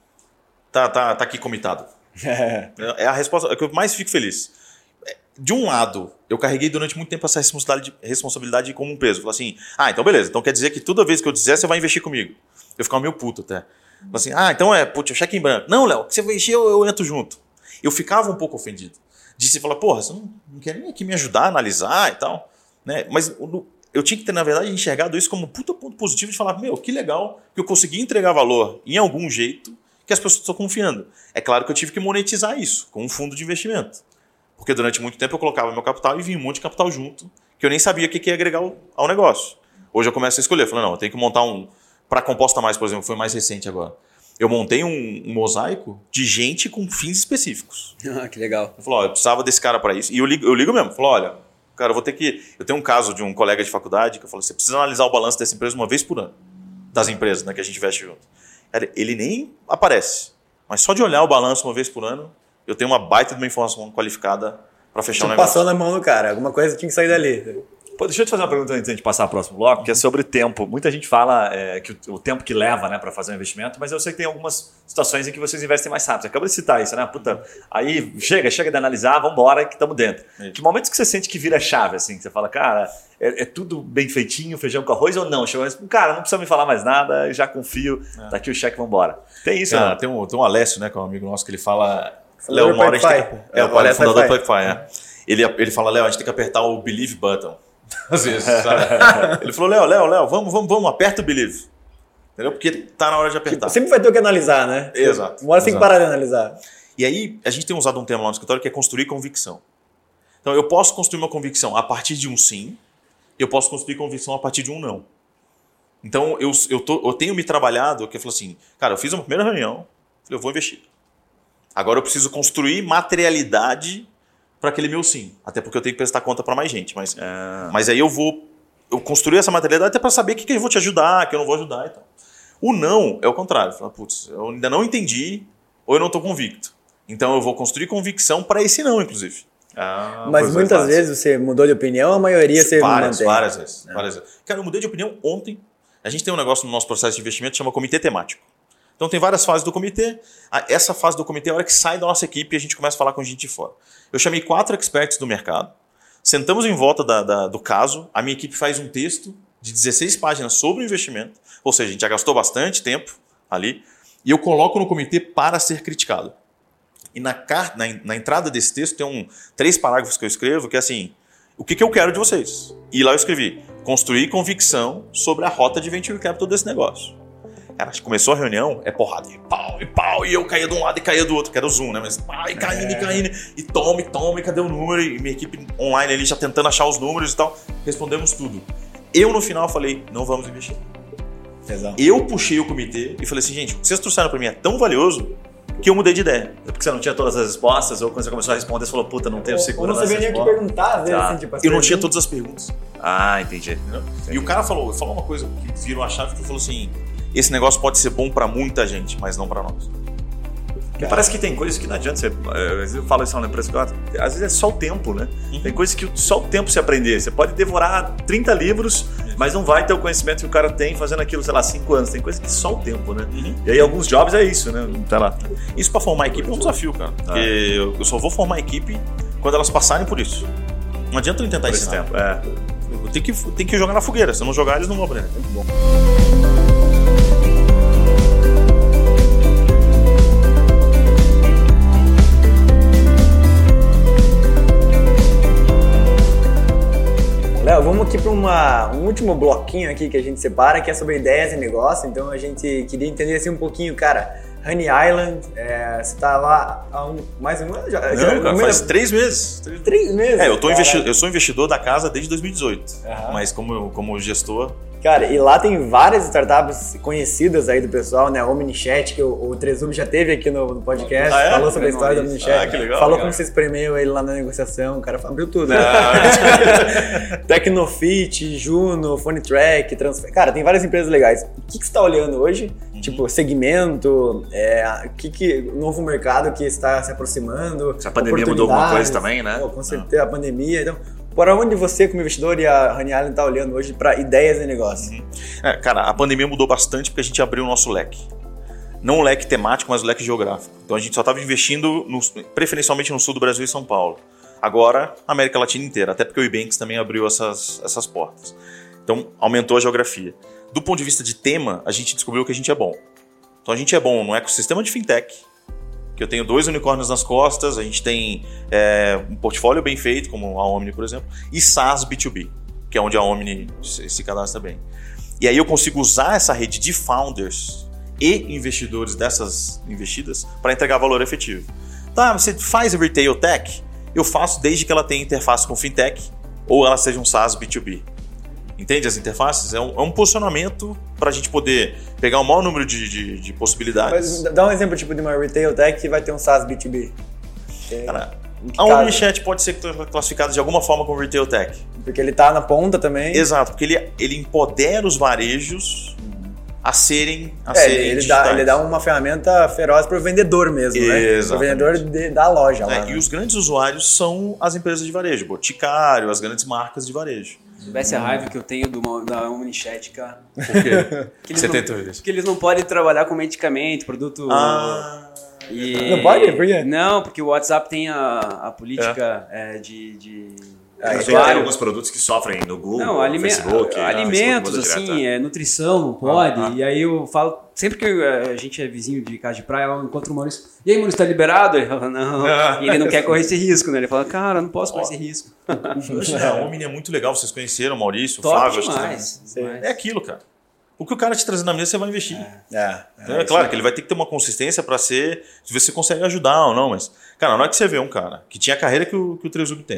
S3: Tá aqui comitado. É a resposta que eu mais fico feliz. De um lado, eu carreguei durante muito tempo essa responsabilidade como um peso. Falei assim, então beleza. Então quer dizer que toda vez que eu disser, você vai investir comigo. Eu ficava meio puto até. Falei assim, então putz, eu cheque em branco. Não, Léo, se você vai encher, eu entro junto. Eu ficava um pouco ofendido. De se falar, porra, você não quer nem aqui me ajudar a analisar e tal. Né? Mas eu tinha que ter, na verdade, enxergado isso como um puta ponto positivo de falar, meu, que legal que eu consegui entregar valor em algum jeito que as pessoas estão confiando. É claro que eu tive que monetizar isso com um fundo de investimento. Porque durante muito tempo eu colocava meu capital e vinha um monte de capital junto, que eu nem sabia o que ia agregar ao negócio. Hoje eu começo a escolher. Falei, não, eu tenho que montar para Composta Mais, por exemplo, que foi mais recente agora. Eu montei um mosaico de gente com fins específicos.
S4: Que legal.
S3: Eu falei, eu precisava desse cara para isso. E eu ligo mesmo. Falei, olha, cara, eu vou ter que... Eu tenho um caso de um colega de faculdade que eu falei, você precisa analisar o balanço dessa empresa uma vez por ano. Das empresas, né, que a gente investe junto. Ele nem aparece. Mas só de olhar o balanço uma vez por ano, eu tenho uma baita de uma informação qualificada para fechar o negócio.
S2: Passou na mão do cara. Alguma coisa tinha que sair dali.
S1: Pô, deixa eu te fazer uma pergunta antes de a gente passar ao próximo bloco, que é sobre tempo. Muita gente fala que o tempo que leva, né, para fazer um investimento, mas eu sei que tem algumas situações em que vocês investem mais rápido. Você acabou de citar isso, né? Puta, aí chega de analisar, vamos embora que estamos dentro. Isso. Que momentos que você sente que vira chave, assim? Que você fala, cara, é tudo bem feitinho, feijão com arroz ou não? Chegou, cara, não precisa me falar mais nada, já confio, tá aqui o cheque, vamos embora. Tem isso,
S3: cara,
S1: né?
S3: Tem um Alessio, né, que é um amigo nosso, que ele fala...
S2: Léo,
S3: uma hora a gente tem que... o fundador do
S2: Pipefy.
S3: Pipefy, né? Ele fala, Léo, a gente tem que apertar o Believe button. Às vezes, sabe? Ele falou, Léo, vamos, aperta o Believe. Entendeu? Porque tá na hora de apertar.
S2: Sempre vai ter o que analisar, né?
S3: Exato.
S2: Uma hora você tem que parar de analisar.
S3: E aí, a gente tem usado um termo lá no escritório que é construir convicção. Então, eu posso construir uma convicção a partir de um sim, e eu posso construir convicção a partir de um não. Então, eu tenho me trabalhado, que eu falo assim, cara, eu fiz uma primeira reunião, falei, eu vou investir. Agora eu preciso construir materialidade para aquele meu sim. Até porque eu tenho que prestar conta para mais gente. Mas aí eu construir essa materialidade até para saber o que eu vou te ajudar, que eu não vou ajudar e tal. O não é o contrário. Fala, putz, eu ainda não entendi ou eu não estou convicto. Então eu vou construir convicção para esse não, inclusive.
S2: Mas muitas vezes você mudou de opinião, a maioria você mantém.
S3: Várias vezes. Cara, eu mudei de opinião ontem. A gente tem um negócio no nosso processo de investimento que chama comitê temático. Então tem várias fases do comitê. Essa fase do comitê é a hora que sai da nossa equipe e a gente começa a falar com gente de fora. Eu chamei 4 experts do mercado. Sentamos em volta do caso. A minha equipe faz um texto de 16 páginas sobre o investimento. Ou seja, a gente já gastou bastante tempo ali. E eu coloco no comitê para ser criticado. E na entrada desse texto tem 3 parágrafos que eu escrevo, que é assim, o que eu quero de vocês? E lá eu escrevi, construir convicção sobre a rota de venture capital desse negócio. Cara, começou a reunião, é porrada, e pau, e eu caía de um lado e caía do outro, que era o Zoom, né? Mas caindo, e tome, cadê o número? E minha equipe online ali já tentando achar os números e tal. Respondemos tudo. Eu no final falei, não vamos investir.
S2: Exato.
S3: Eu puxei o comitê e falei assim, gente, o que vocês trouxeram pra mim é tão valioso que eu mudei de ideia.
S1: É porque você não tinha todas as respostas, ou quando você começou a responder, você falou, puta, não tenho segurança.
S2: Ou não sabia nem o que perguntar, às vezes, assim, tipo,
S3: eu não tinha todas as perguntas.
S1: Entendi.
S3: E o cara falou uma coisa que virou a chave, que falou assim, esse negócio pode ser bom pra muita gente, mas não pra nós.
S1: E parece que tem coisas que não adianta. Às vezes eu falo isso na empresa, às vezes é só o tempo, né? Tem coisas que só o tempo se aprender. Você pode devorar 30 livros, mas não vai ter o conhecimento que o cara tem fazendo aquilo, sei lá, 5 anos. Tem coisas que só o tempo, né? E aí alguns jobs é isso, né? Tá lá.
S3: Isso pra formar equipe é um desafio, cara. Porque eu só vou formar equipe quando elas passarem por isso. Não adianta eu tentar
S1: por esse
S3: ensinar.
S1: Tempo,
S3: Eu tenho que jogar na fogueira. Se eu não jogar, eles não vão aprender. Muito bom.
S2: Léo, vamos aqui para um último bloquinho aqui que a gente separa, que é sobre ideias e negócio. Então a gente queria entender assim um pouquinho, cara, Honey Island, você tá lá há mais um ano?
S3: Faz 3 meses.
S2: 3 meses?
S3: Eu sou investidor da casa desde 2018, mas como gestor...
S2: Cara, e lá tem várias startups conhecidas aí do pessoal, né? OmniChat, que o Trezub já teve aqui no podcast, falou sobre a história do OmniChat.
S3: Que legal,
S2: falou como você espremeu ele lá na negociação, o cara abriu tudo. Né? Tecnofit, Juno, PhoneTrack, Transfer. Cara, tem várias empresas legais. O que você tá olhando hoje? Tipo, segmento, novo mercado que está se aproximando.
S1: Se a pandemia mudou alguma coisa também, né?
S2: Com certeza, a pandemia. Então, para onde você, como investidor, e a Honey Island está olhando hoje para ideias de negócio?
S3: Cara, a pandemia mudou bastante porque a gente abriu o nosso leque. Não o leque temático, mas o leque geográfico. Então a gente só estava investindo preferencialmente no sul do Brasil e São Paulo. Agora, a América Latina inteira, até porque o Ebanks também abriu essas portas. Então, aumentou a geografia. Do ponto de vista de tema, a gente descobriu que a gente é bom. Então a gente é bom no ecossistema de fintech, que eu tenho 2 unicórnios nas costas, a gente tem um portfólio bem feito, como a Omni, por exemplo, e SaaS B2B, que é onde a Omni se cadastra bem. E aí eu consigo usar essa rede de founders e investidores dessas investidas para entregar valor efetivo. Tá, você faz retail tech? Eu faço desde que ela tenha interface com fintech ou ela seja um SaaS B2B. Entende as interfaces? É um posicionamento para a gente poder pegar um maior número de possibilidades.
S2: Mas dá um exemplo tipo de uma retail tech que vai ter um SaaS B2B.
S3: Cara, a OmniChat pode ser classificada de alguma forma como retail tech.
S2: Porque ele está na ponta também.
S3: Exato, porque ele empodera os varejos a serem digitais.
S2: Ele dá uma ferramenta feroz para o vendedor mesmo, né? Para o vendedor da loja. Lá,
S3: e os grandes usuários são as empresas de varejo, Boticário, as grandes marcas de varejo.
S4: Se tivesse a raiva que eu tenho da OmniChat, cara.
S3: Por quê? Você tentou isso?
S4: Porque eles não podem trabalhar com medicamento, produto...
S2: Não pode? Por quê?
S4: Não, porque o WhatsApp tem a política de
S1: tem alguns produtos que sofrem no Google, no Facebook.
S4: Alimentos, assim, nutrição, não pode. E aí eu falo, sempre que a gente é vizinho de casa de praia, eu encontro o Maurício. E aí, Maurício, tá liberado? Ele fala, não. E ele não quer correr esse risco, né? Ele fala, cara, não posso correr esse risco.
S3: A Omni é muito legal, vocês conheceram o Maurício, o
S4: Top
S3: Flávio.
S4: demais.
S3: É aquilo, cara. O que o cara te trazer na mesa, você vai investir.
S2: É
S3: claro que ele vai ter que ter uma consistência para ver se você consegue ajudar ou não, mas, cara, na hora que você vê um cara que tinha a carreira que o Trezub tem,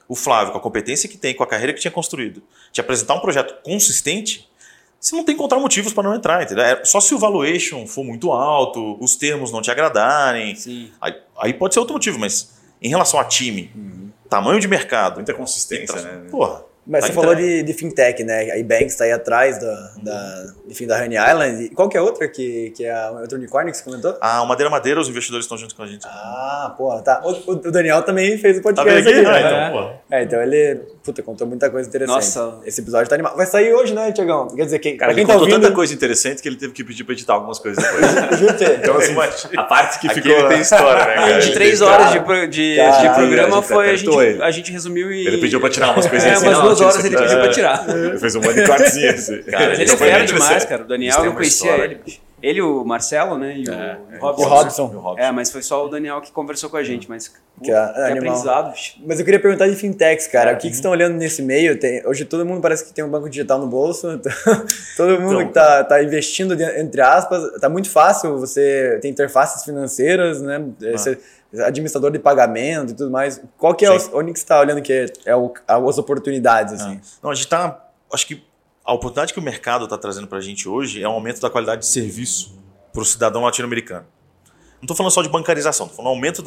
S3: o Flávio, com a competência que tem, com a carreira que tinha construído, te apresentar um projeto consistente, você não tem que encontrar motivos para não entrar, entendeu? Só se o valuation for muito alto, os termos não te agradarem, aí pode ser outro motivo, mas em relação a time, tamanho de mercado...
S1: Muita consistência, né?
S3: Porra.
S2: Mas você falou de fintech, né? A Ebanks está aí atrás da Honey Island. E qual que é a outra que é a outra unicórnio que você comentou?
S3: Ah, o Madeira, os investidores estão junto com a gente.
S2: Ah, porra, tá. O Daniel também fez o podcast
S3: aqui,
S2: aqui.
S3: então, porra.
S2: Então ele, contou muita coisa interessante.
S4: Nossa.
S2: Esse episódio tá animado. Vai sair hoje, né, Tiagão? Quer dizer,
S1: Cara,
S2: pra quem
S1: ele
S2: tá
S1: contou
S2: ouvindo...
S1: tanta coisa interessante que ele teve que pedir pra editar algumas coisas depois.
S2: Juro-te.
S1: Então, assim, a parte que
S3: Aqui
S1: ficou...
S3: ele tem história, né, cara?
S4: De 3 horas de programa
S1: a gente
S4: a gente resumiu e...
S1: Ele pediu pra tirar umas coisinhas
S4: umas 2 horas ele pediu pra tirar.
S1: Ele fez um monte de cortezinho.
S4: Cara, ele é fera demais, cara. O Daniel, eu conhecia ele. Ele, o Marcelo, né? E o
S2: Robson.
S4: Mas foi só o Daniel que conversou com a gente. Mas
S2: que
S4: aprendizado.
S2: Mas eu queria perguntar de fintechs, cara. O que vocês estão olhando nesse meio? Hoje todo mundo parece que tem um banco digital no bolso. Todo mundo que tá investindo, entre aspas. Tá muito fácil. Você tem interfaces financeiras, né? Administrador de pagamento e tudo mais. Qual que é onde que você está olhando que as oportunidades, assim?
S3: Não, a gente tá... Acho que a oportunidade que o mercado está trazendo para a gente hoje é um aumento da qualidade de serviço para o cidadão latino-americano. Não estou falando só de bancarização, estou falando aumento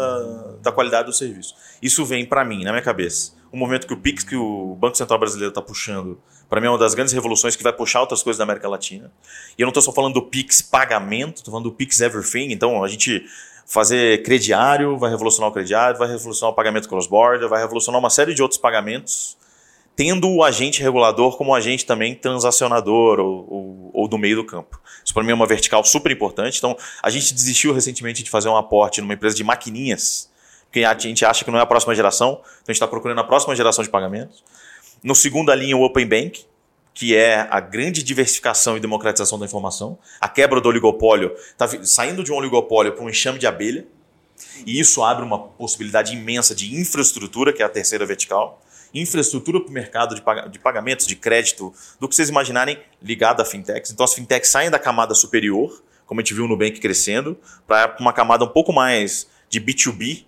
S3: da qualidade do serviço. Isso vem para mim, na minha cabeça. O movimento que o PIX, que o Banco Central Brasileiro está puxando, para mim é uma das grandes revoluções que vai puxar outras coisas da América Latina. E eu não estou só falando do PIX pagamento, estou falando do PIX Everything. Então a gente fazer crediário, vai revolucionar o crediário, vai revolucionar o pagamento cross-border, vai revolucionar uma série de outros pagamentos, tendo o agente regulador como agente também transacionador ou do meio do campo. Isso para mim é uma vertical super importante. Então, a gente desistiu recentemente de fazer um aporte numa empresa de maquininhas, porque a gente acha que não é a próxima geração, então a gente está procurando a próxima geração de pagamentos. No segunda linha, o Open Bank, que é a grande diversificação e democratização da informação, a quebra do oligopólio, está saindo de um oligopólio para um enxame de abelha, e isso abre uma possibilidade imensa de infraestrutura, que é a terceira vertical, infraestrutura para o mercado de pagamentos, de crédito, do que vocês imaginarem ligado a fintechs. Então as fintechs saem da camada superior, como a gente viu o Nubank crescendo, para uma camada um pouco mais de B2B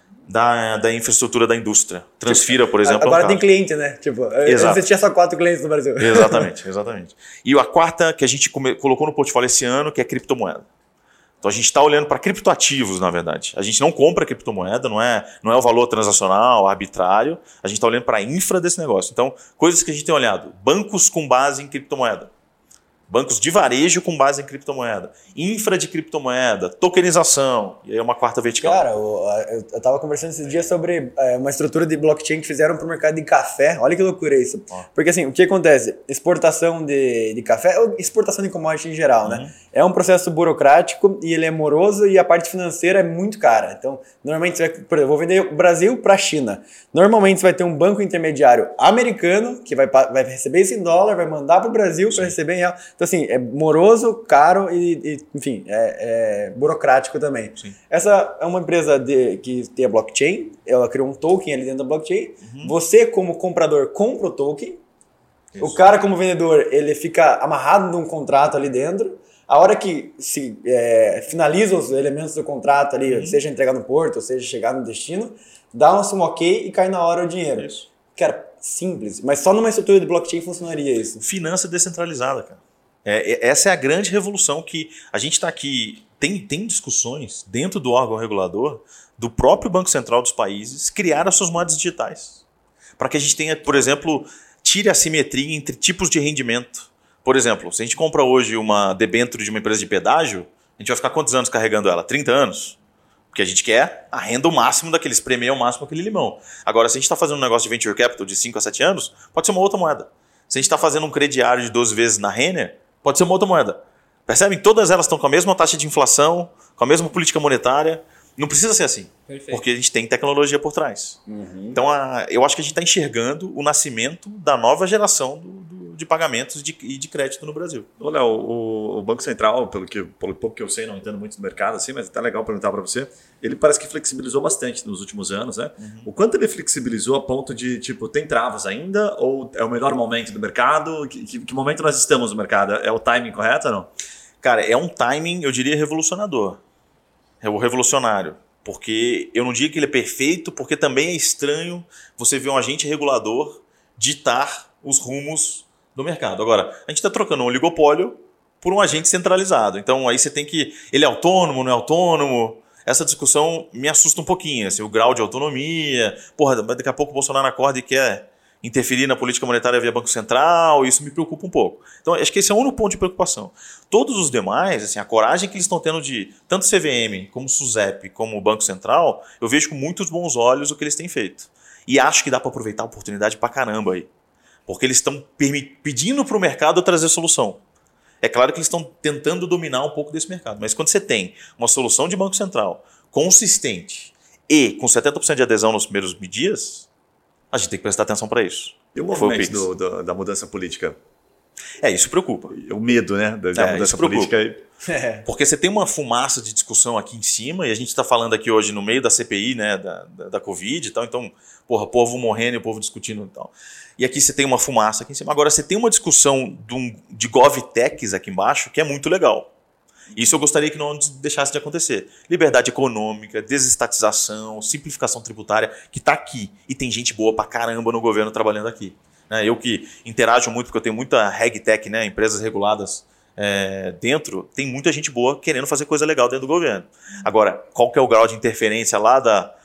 S3: da infraestrutura da indústria. Transfira, por exemplo.
S2: Agora tem cliente, né? Tipo, você tinha só 4 clientes no Brasil.
S3: Exatamente. E a quarta que a gente colocou no portfólio esse ano, que é criptomoeda. Então a gente está olhando para criptoativos, na verdade. A gente não compra criptomoeda, não é o valor transacional, arbitrário. A gente está olhando para a infra desse negócio. Então, coisas que a gente tem olhado. Bancos com base em criptomoeda. Bancos de varejo com base em criptomoeda. Infra de criptomoeda. Tokenização. E aí é uma quarta vertical.
S2: Cara, eu estava conversando esses dias sobre uma estrutura de blockchain que fizeram para o mercado de café. Olha que loucura isso. Porque assim, o que acontece? Exportação de café, ou exportação de commodity em geral, né? É um processo burocrático e ele é moroso e a parte financeira é muito cara. Então, normalmente você vai, por exemplo, vou vender o Brasil para a China. Normalmente você vai ter um banco intermediário americano que vai receber isso em dólar, vai mandar para o Brasil para receber em real. Então, assim, é moroso, caro e enfim, é burocrático também. Sim. Essa é uma empresa que tem a blockchain, ela criou um token ali dentro da blockchain. Você, como comprador, compra o token. Isso. O cara, como vendedor, ele fica amarrado num contrato ali dentro. A hora que se finaliza os elementos do contrato ali, seja entregar no porto, ou seja chegar no destino, dá um ok e cai na hora o dinheiro.
S3: Isso.
S2: Cara, simples. Mas só numa estrutura de blockchain funcionaria isso.
S3: Finança descentralizada, cara. Essa é a grande revolução que a gente está aqui. Tem discussões dentro do órgão regulador do próprio Banco Central dos países criar as suas moedas digitais. Para que a gente tenha, por exemplo, tire a simetria entre tipos de rendimento. Por exemplo, se a gente compra hoje uma debênture de uma empresa de pedágio, a gente vai ficar quantos anos carregando ela? 30 anos? Porque a gente quer a renda o máximo daquele, espremer ao máximo aquele limão. Agora, se a gente está fazendo um negócio de venture capital de 5 a 7 anos, pode ser uma outra moeda. Se a gente está fazendo um crediário de 12 vezes na Renner, pode ser uma outra moeda. Percebem? Todas elas estão com a mesma taxa de inflação, com a mesma política monetária. Não precisa ser assim. Perfeito. Porque a gente tem tecnologia por trás. Então, eu acho que a gente está enxergando o nascimento da nova geração de pagamentos e de crédito no Brasil.
S1: Ô, Léo, o Banco Central, pelo pouco que eu sei, não entendo muito do mercado, assim, mas é legal perguntar para você, ele parece que flexibilizou bastante nos últimos anos, né? O quanto ele flexibilizou a ponto de, tipo, tem travas ainda? Ou é o melhor momento do mercado? Que momento nós estamos no mercado? É o timing correto ou não?
S3: Cara, é um timing, eu diria, revolucionador. É o revolucionário. Porque eu não digo que ele é perfeito, porque também é estranho você ver um agente regulador ditar os rumos do mercado. Agora, a gente está trocando um oligopólio por um agente centralizado. Então aí você tem que... Ele é autônomo, não é autônomo? Essa discussão me assusta um pouquinho, assim, o grau de autonomia. Porra, daqui a pouco o Bolsonaro acorda e quer interferir na política monetária via Banco Central, isso me preocupa um pouco. Então, acho que esse é o único ponto de preocupação. Todos os demais, assim, a coragem que eles estão tendo de, tanto CVM, como SUSEP, como o Banco Central, eu vejo com muitos bons olhos o que eles têm feito. E acho que dá para aproveitar a oportunidade pra caramba aí. Porque eles estão pedindo para o mercado trazer solução. É claro que eles estão tentando dominar um pouco desse mercado, mas quando você tem uma solução de Banco Central consistente e com 70% de adesão nos primeiros dias, a gente tem que prestar atenção para isso.
S1: E o movimento da mudança política?
S3: Isso preocupa.
S1: O medo, né, da mudança política.
S3: Porque você tem uma fumaça de discussão aqui em cima, e a gente está falando aqui hoje no meio da CPI, né, da Covid e tal, então, porra, povo morrendo e o povo discutindo e tal. E aqui você tem uma fumaça aqui em cima. Agora, você tem uma discussão de GovTechs aqui embaixo que é muito legal. Isso eu gostaria que não deixasse de acontecer. Liberdade econômica, desestatização, simplificação tributária, que está aqui. E tem gente boa pra caramba no governo trabalhando aqui. Eu que interajo muito, porque eu tenho muita RegTech, né, empresas reguladas dentro, tem muita gente boa querendo fazer coisa legal dentro do governo. Agora, qual que é o grau de interferência lá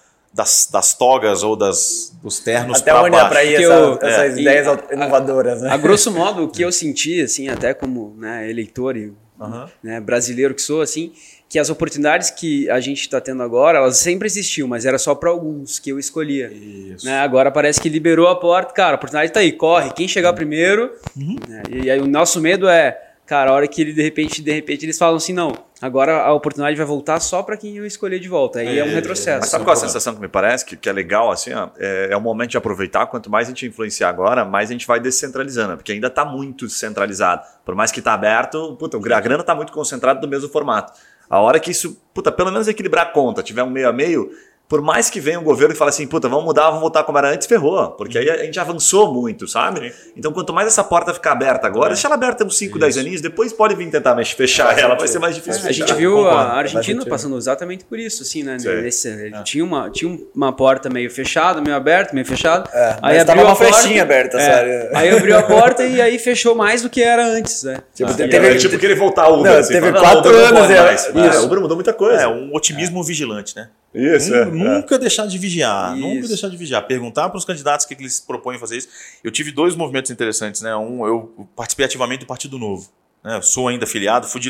S3: das togas ou dos ternos
S2: para baixo? Até onde é para ir essas ideias inovadoras, né?
S4: A grosso modo, o que eu senti, assim, até como, né, eleitor e né, brasileiro que sou, assim, que as oportunidades que a gente está tendo agora, elas sempre existiam, mas era só para alguns que eu escolhia. Isso. Né? Agora parece que liberou a porta, cara, a oportunidade está aí, corre, quem chegar primeiro. Né? E aí o nosso medo é, cara, a hora que ele de repente eles falam assim, não, agora a oportunidade vai voltar só para quem eu escolher de volta. Aí é um retrocesso.
S1: Mas sabe qual é a sensação que me parece? Que é legal, assim, ó, é o momento de aproveitar. Quanto mais a gente influenciar agora, mais a gente vai descentralizando, porque ainda está muito centralizado. Por mais que está aberto, a grana está muito concentrada no mesmo formato. A hora que isso, pelo menos equilibrar a conta, tiver um meio a meio, por mais que venha um governo e fale assim, vamos mudar, vamos voltar como era antes, ferrou. Porque aí a gente avançou muito, sabe? Então, quanto mais essa porta ficar aberta agora, deixa ela aberta uns 5, 10 aninhos, depois pode vir tentar fechar ela, vai ser mais difícil.
S4: A gente viu a Argentina passando exatamente por isso, assim, né? Tinha uma porta meio fechada, meio aberta, meio fechada. Aí abriu uma
S2: flechinha aberta, sabe?
S4: Aí abriu a porta e aí fechou mais do que era antes, né?
S1: Tipo, querer voltar ao Uber.
S2: Teve 4 anos.
S1: O Uber mudou muita coisa.
S3: Um otimismo vigilante, né?
S1: Isso,
S3: nunca deixar de vigiar, nunca deixar de vigiar. Perguntar para os candidatos o que eles propõem fazer isso. Eu tive 2 movimentos interessantes, né? Eu participei ativamente do Partido Novo, né? Eu sou ainda afiliado, fui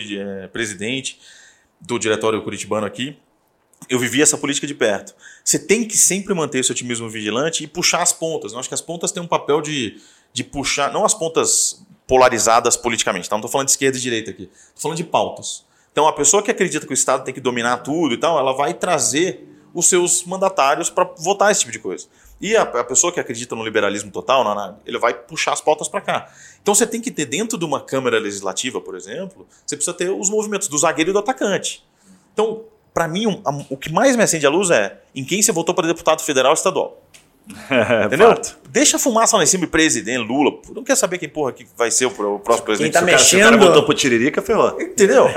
S3: presidente do diretório curitibano aqui. Eu vivi essa política de perto. Você tem que sempre manter esse otimismo vigilante e puxar as pontas. Eu acho que as pontas têm um papel de puxar, não as pontas polarizadas politicamente, tá? Não estou falando de esquerda e direita aqui, estou falando de pautas. Então, a pessoa que acredita que o Estado tem que dominar tudo e tal, ela vai trazer os seus mandatários para votar esse tipo de coisa. E a pessoa que acredita no liberalismo total, ele vai puxar as pautas para cá. Então, você tem que ter dentro de uma Câmara Legislativa, por exemplo, você precisa ter os movimentos do zagueiro e do atacante. Então, para mim, o que mais me acende a luz é em quem você votou para deputado federal e estadual. Entendeu? Deixa a fumaça lá em cima e presidente, Lula. Não quer saber quem porra que vai ser o próximo presidente.
S2: Quem tá mexendo...
S1: Se o cara votou pro Tiririca, ferrou.
S3: Entendeu?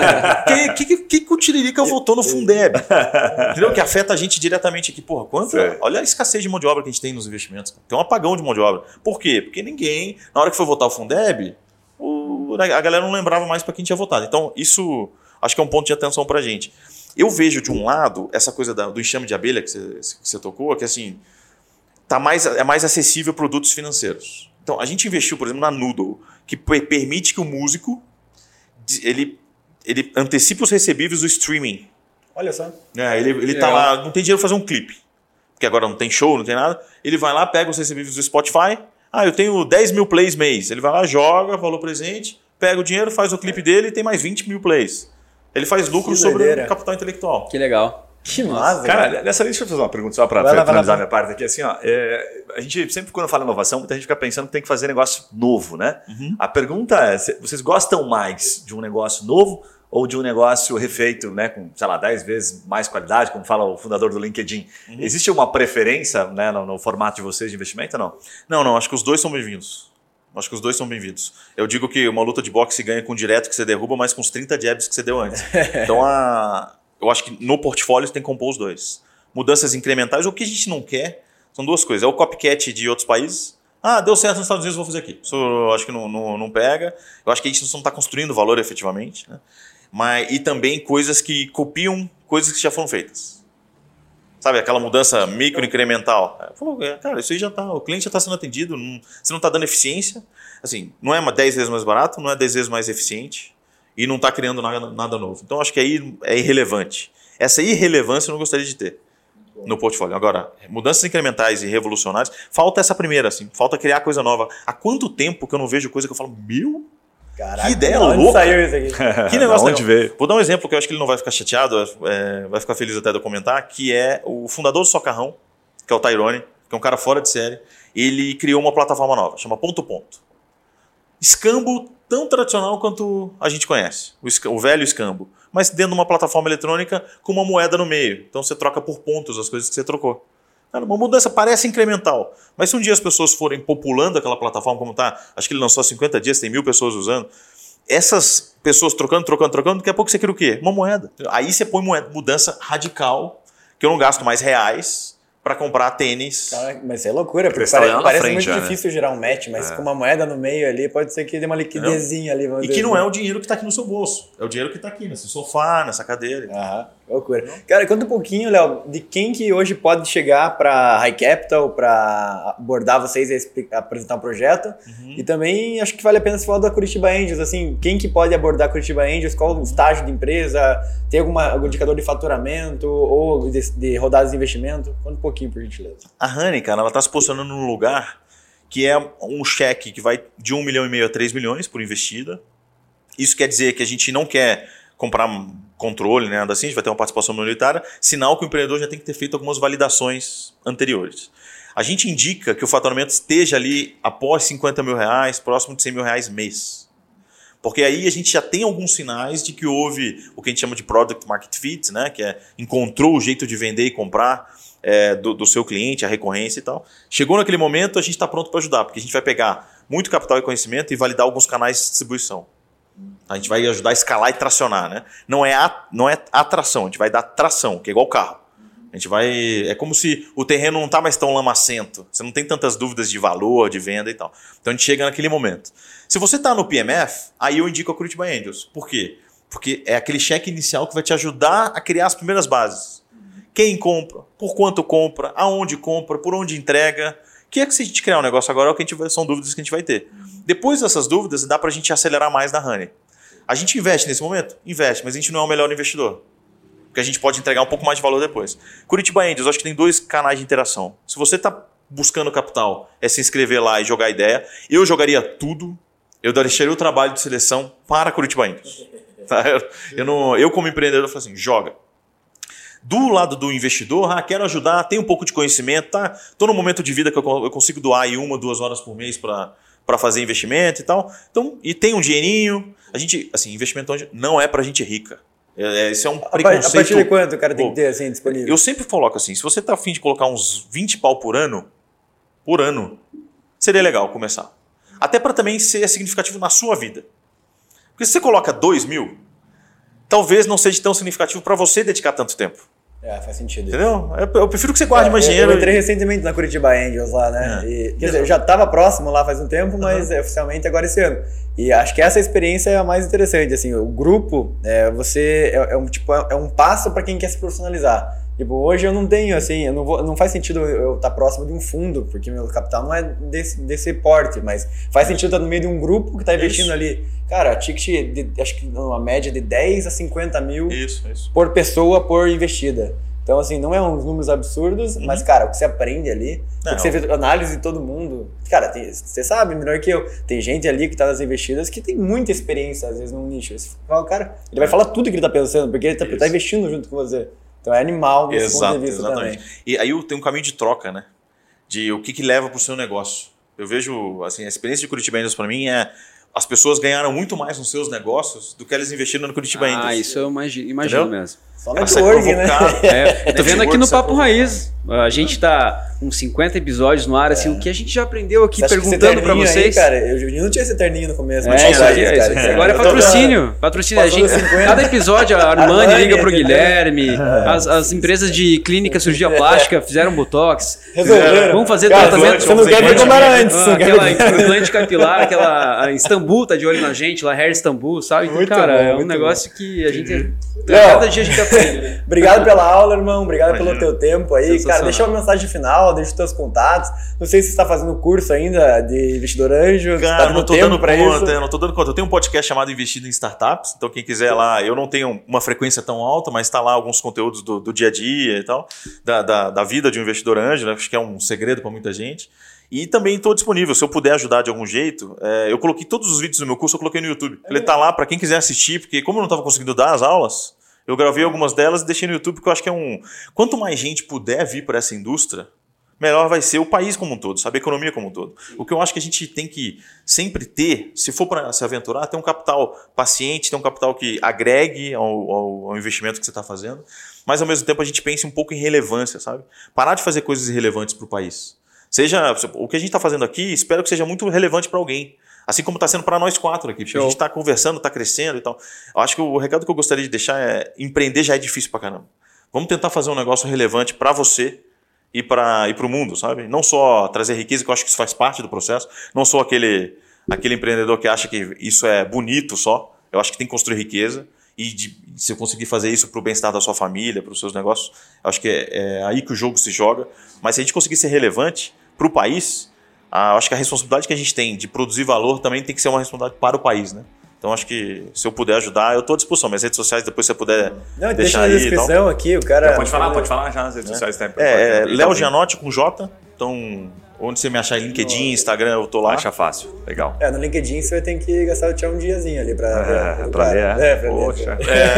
S3: que o Tiririca votou no Fundeb? Entendeu? Que afeta a gente diretamente aqui. Porra, olha a escassez de mão de obra que a gente tem nos investimentos. Tem um apagão de mão de obra. Por quê? Porque ninguém, na hora que foi votar o Fundeb, a galera não lembrava mais para quem tinha votado. Então, isso acho que é um ponto de atenção pra gente. Eu vejo, de um lado, essa coisa do enxame de abelha que você tocou, que assim... é mais acessível a produtos financeiros. Então, a gente investiu, por exemplo, na Noodle, que permite que o músico ele antecipe os recebíveis do streaming.
S2: Olha só.
S3: Ele tá lá, não tem dinheiro para fazer um clipe, porque agora não tem show, não tem nada. Ele vai lá, pega os recebíveis do Spotify. Eu tenho 10 mil plays mês. Ele vai lá, joga, valor presente, pega o dinheiro, faz o clipe dele e tem mais 20 mil plays. Ele faz lucro sobre o capital intelectual.
S4: Que legal.
S2: Que massa.
S1: Cara, nessa lista, deixa eu fazer uma pergunta só para finalizar minha parte aqui. Assim, ó, a gente sempre, quando fala inovação, muita gente fica pensando que tem que fazer negócio novo, né? A pergunta é, vocês gostam mais de um negócio novo ou de um negócio refeito, né, com, sei lá, 10 vezes mais qualidade, como fala o fundador do LinkedIn? Existe uma preferência, né, no formato de vocês de investimento ou não?
S3: Não, acho que os dois são bem-vindos. Eu digo que uma luta de boxe se ganha com direto que você derruba, mas com os 30 jabs que você deu antes. Então, eu acho que no portfólio você tem que compor os dois. Mudanças incrementais, o que a gente não quer, são duas coisas. É o copycat de outros países. Deu certo nos Estados Unidos, vou fazer aqui. Isso eu acho que não pega. Eu acho que a gente não está construindo valor efetivamente. Né? E também coisas que copiam coisas que já foram feitas. Sabe, aquela mudança micro-incremental. Cara, isso aí já está, o cliente já está sendo atendido, você não está dando eficiência. Assim, não é 10 vezes mais barato, não é 10 vezes mais eficiente e não está criando nada novo. Então, acho que aí é irrelevante. Essa irrelevância eu não gostaria de ter no portfólio. Agora, mudanças incrementais e revolucionárias, falta essa primeira, assim, falta criar coisa nova. Há quanto tempo que eu não vejo coisa que eu falo,
S2: caraca,
S3: que ideia louca.
S2: Saiu isso aqui?
S3: Que negócio
S1: onde veio?
S3: Vou dar um exemplo que eu acho que ele não vai ficar chateado, vai ficar feliz até de eu comentar, que é o fundador do Socarrão, que é o Tyrone, que é um cara fora de série. Ele criou uma plataforma nova, chama Ponto. Escambo tão tradicional quanto a gente conhece, o velho escambo, mas dentro de uma plataforma eletrônica com uma moeda no meio. Então você troca por pontos as coisas que você trocou. Cara, uma mudança parece incremental, mas se um dia as pessoas forem populando aquela plataforma como está, acho que ele lançou há 50 dias, tem 1000 pessoas usando, essas pessoas trocando, daqui a pouco você quer o quê? Uma moeda. Aí você põe mudança radical, que eu não gasto mais reais para comprar tênis.
S2: Cara, mas é loucura, porque parece muito difícil gerar um match, mas com uma moeda no meio ali, pode ser que dê uma liquidezinha ali.
S3: E que não é o dinheiro que está aqui no seu bolso, é o dinheiro que está aqui nesse sofá, nessa cadeira.
S2: Loucura. Cara, conta um pouquinho, Léo, de quem que hoje pode chegar para High Capital, para abordar vocês e apresentar um projeto. E também acho que vale a pena você falar da Curitiba Angels, assim, quem que pode abordar a Curitiba Angels, qual o estágio de empresa, tem algum indicador de faturamento ou de rodadas de investimento? Conta um pouquinho, por gentileza.
S3: A Honey, cara, ela está se posicionando num lugar que é um cheque que vai de 1,5 milhão a 3 milhões por investida. Isso quer dizer que a gente não quer comprar controle, né, assim, a gente vai ter uma participação minoritária, sinal que o empreendedor já tem que ter feito algumas validações anteriores. A gente indica que o faturamento esteja ali após 50 mil reais, próximo de 100 mil reais mês. Porque aí a gente já tem alguns sinais de que houve o que a gente chama de Product Market Fit, né, que é encontrou o jeito de vender e comprar do seu cliente, a recorrência e tal. Chegou naquele momento, a gente está pronto para ajudar, porque a gente vai pegar muito capital e conhecimento e validar alguns canais de distribuição. A gente vai ajudar a escalar e tracionar, né? Não é atração, a gente vai dar tração, que é igual carro. A gente vai. É como se o terreno não está mais tão lamacento, você não tem tantas dúvidas de valor, de venda e tal. Então a gente chega naquele momento. Se você está no PMF, aí eu indico a Curitiba Angels. Por quê? Porque é aquele cheque inicial que vai te ajudar a criar as primeiras bases. Quem compra, por quanto compra, aonde compra, por onde entrega. Que é que se a gente criar um negócio agora, são dúvidas que a gente vai ter. Depois dessas dúvidas, dá para a gente acelerar mais na Honey. A gente investe nesse momento? Investe, mas a gente não é o melhor investidor. Porque a gente pode entregar um pouco mais de valor depois. Curitiba Angels, acho que tem 2 canais de interação. Se você está buscando capital, é se inscrever lá e jogar ideia. Eu jogaria tudo. Eu deixaria o trabalho de seleção para Curitiba Angels. Tá? Eu como empreendedor, falo assim, joga. Do lado do investidor, quero ajudar, tenho um pouco de conhecimento, tá? Estou num momento de vida que eu consigo doar aí 1 ou 2 horas por mês para fazer investimento e tal. Então, e tem um dinheirinho. A gente, assim, investimento não é para gente rica. Isso é um preconceito.
S2: A partir de quanto o cara tem que ter assim, disponível?
S3: Eu sempre coloco assim, se você está a fim de colocar uns 20 pau por ano, seria legal começar. Até para também ser significativo na sua vida. Porque se você coloca 2 mil, talvez não seja tão significativo para você dedicar tanto tempo.
S2: Faz sentido.
S3: Entendeu? Eu prefiro que você guarde mais dinheiro.
S2: Eu entrei recentemente na Curitiba Angels lá, né? Quer dizer, eu já estava próximo lá faz um tempo, mas oficialmente agora esse ano. E acho que essa experiência é a mais interessante. Assim, o grupo, é um passo para quem quer se profissionalizar. Tipo, hoje eu não tenho, assim, não faz sentido eu estar próximo de um fundo, porque meu capital não é desse porte, mas faz sentido estar no meio de um grupo que está investindo ali. Cara, ticket, acho que uma média de 10 a 50 mil por pessoa por investida. Então, assim, não é uns números absurdos, mas, cara, o que você aprende ali, o que você vê análise de todo mundo, cara, você sabe melhor que eu, tem gente ali que tá nas investidas que tem muita experiência, às vezes, num nicho. Você fala, cara, ele vai falar tudo que ele tá pensando, porque ele tá investindo junto com você. Então é animal desse ponto de vista também.
S3: E aí tem um caminho de troca, né? De o que leva para o seu negócio. Eu vejo, assim, a experiência de Curitiba Angels para mim é as pessoas ganharam muito mais nos seus negócios do que elas investiram no Curitiba Angels.
S4: Isso eu imagino mesmo.
S2: Só network, né?
S4: Eu tô vendo aqui no Papo Raiz. A gente tá com 50 episódios no ar, assim, o que a gente já aprendeu aqui perguntando pra vocês.
S2: Aí, cara, eu não tinha esse terninho no começo. Mas
S4: agora é patrocínio. Patrocínio. Cada episódio a Armani liga pro Guilherme, as empresas de clínica cirurgia plástica fizeram botox.
S2: Resolveram.
S4: Vamos fazer tratamento.
S2: Você não quer ver como era antes.
S4: Aquela implante capilar, aquela Istambul tá de olho na gente, lá Hair Istambul, sabe? Então, cara, é um negócio que a gente... Cada dia a gente aprende, né?
S2: Obrigado pela aula, irmão. Obrigado pelo teu tempo aí. Cara, deixa uma mensagem final, deixa os teus contatos. Não sei se você está fazendo curso ainda de investidor anjo.
S3: Cara, não tô dando conta. Eu tenho um podcast chamado Investido em Startups. Então, quem quiser lá, eu não tenho uma frequência tão alta, mas está lá alguns conteúdos do dia a dia e tal, da vida de um investidor anjo, né? Acho que é um segredo para muita gente. E também estou disponível, se eu puder ajudar de algum jeito. Eu coloquei todos os vídeos do meu curso, eu coloquei no YouTube. Ele está lá para quem quiser assistir, porque como eu não estava conseguindo dar as aulas, eu gravei algumas delas e deixei no YouTube, porque eu acho que quanto mais gente puder vir para essa indústria, melhor vai ser o país como um todo, sabe? A economia como um todo. O que eu acho que a gente tem que sempre ter, se for para se aventurar, ter um capital paciente, ter um capital que agregue ao investimento que você está fazendo, mas ao mesmo tempo a gente pense um pouco em relevância, sabe? Parar de fazer coisas irrelevantes para o país. Seja o que a gente está fazendo aqui, espero que seja muito relevante para alguém. Assim como está sendo para nós 4 aqui. Porque a gente está conversando, está crescendo e tal. Eu acho que o recado que eu gostaria de deixar é: empreender já é difícil para caramba. Vamos tentar fazer um negócio relevante para você e para o mundo, sabe? Não só trazer riqueza, que eu acho que isso faz parte do processo. Não sou aquele empreendedor que acha que isso é bonito só. Eu acho que tem que construir riqueza. E se eu conseguir fazer isso para o bem-estar da sua família, para os seus negócios, eu acho que é aí que o jogo se joga. Mas se a gente conseguir ser relevante para o país, eu acho que a responsabilidade que a gente tem de produzir valor também tem que ser uma responsabilidade para o país, né? Então acho que se eu puder ajudar, eu estou à disposição. Minhas redes sociais, depois se você puder deixar aí.
S2: Deixa na descrição aqui, o cara...
S1: Pode falar já nas redes sociais.
S3: Léo Gianotti com J. Então, onde você me achar em LinkedIn, Instagram, eu tô lá.
S1: Acha fácil, legal.
S2: No LinkedIn você vai ter que gastar um diazinho ali pra ler.
S1: Poxa.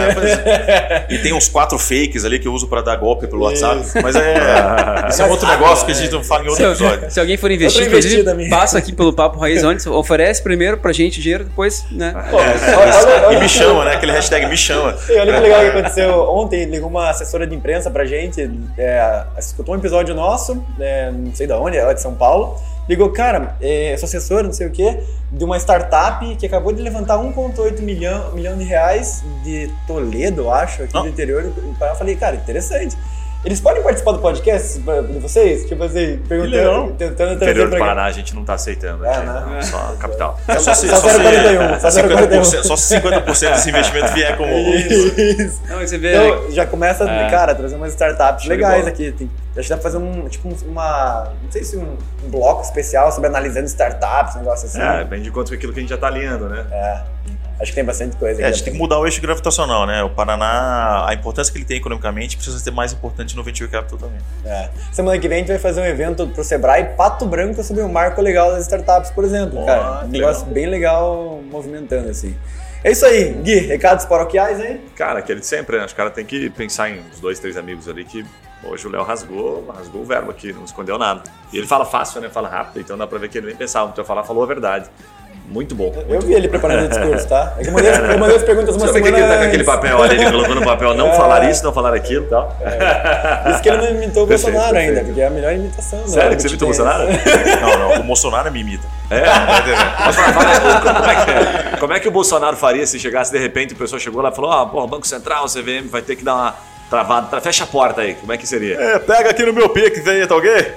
S3: E tem uns 4 fakes ali que eu uso pra dar golpe pelo WhatsApp. Mas isso é outro negócio que a gente não fala em outro episódio.
S4: Se alguém for investir, inclusive, passa aqui pelo Papo Raiz antes, oferece primeiro pra gente dinheiro, depois, né?
S3: E me chama, né? Aquele hashtag me chama.
S2: E olha que legal que aconteceu ontem, ligou uma assessora de imprensa pra gente, escutou um episódio nosso, não sei de onde, ela é de São Paulo, ligou, cara, eu sou assessora, não sei o quê, de uma startup que acabou de levantar 1,8 milhão de reais de Toledo, acho, aqui do interior. Eu falei, cara, interessante. Eles podem participar do podcast de vocês? Tipo assim, perguntando, tentando trazer
S1: interior do Paraná a gente não tá aceitando.
S2: Né?
S1: Só a capital.
S2: Só 0,41.
S3: Só se 50% desse investimento vier como...
S2: Isso. Não, você vê, então, já começa, cara, trazer umas startups legais aqui. Acho que dá pra fazer não sei se um bloco especial sobre analisando startups, um negócio assim.
S1: Bem de conta com aquilo que a gente já tá alinhando, né?
S2: Acho que tem bastante coisa.
S3: A gente tem que mudar o eixo gravitacional, né? O Paraná, a importância que ele tem economicamente precisa ser mais importante no Venture Capital também.
S2: Semana que vem a gente vai fazer um evento pro Sebrae Pato Branco sobre o marco legal das startups, por exemplo. Cara, um negócio bem legal movimentando, assim. É isso aí, Gui, recados paroquiais aí?
S1: Cara, aquele de sempre, né? Os caras têm que pensar em uns 2, 3 amigos ali que hoje o Léo rasgou o verbo aqui, não escondeu nada. E ele fala fácil, né? Fala rápido, então dá pra ver que ele nem pensava. Então falou a verdade. Muito bom.
S2: Eu vi ele preparando o discurso, tá? Eu mandei as perguntas uma semana
S1: antes. Ele tá com aquele papel ali, ele colocou no papel, não falar isso, não falar aquilo e tal.
S2: Isso que ele não imitou o Bolsonaro ainda, porque é a melhor imitação.
S1: Sério que você imitou o Bolsonaro?
S3: Não, o Bolsonaro me imita.
S1: Como é que o Bolsonaro faria se chegasse de repente, a pessoa chegou lá e falou, Banco Central, CVM vai ter que dar uma travada, fecha a porta aí, como é que seria?
S3: Pega aqui no meu pique, vem, tá alguém?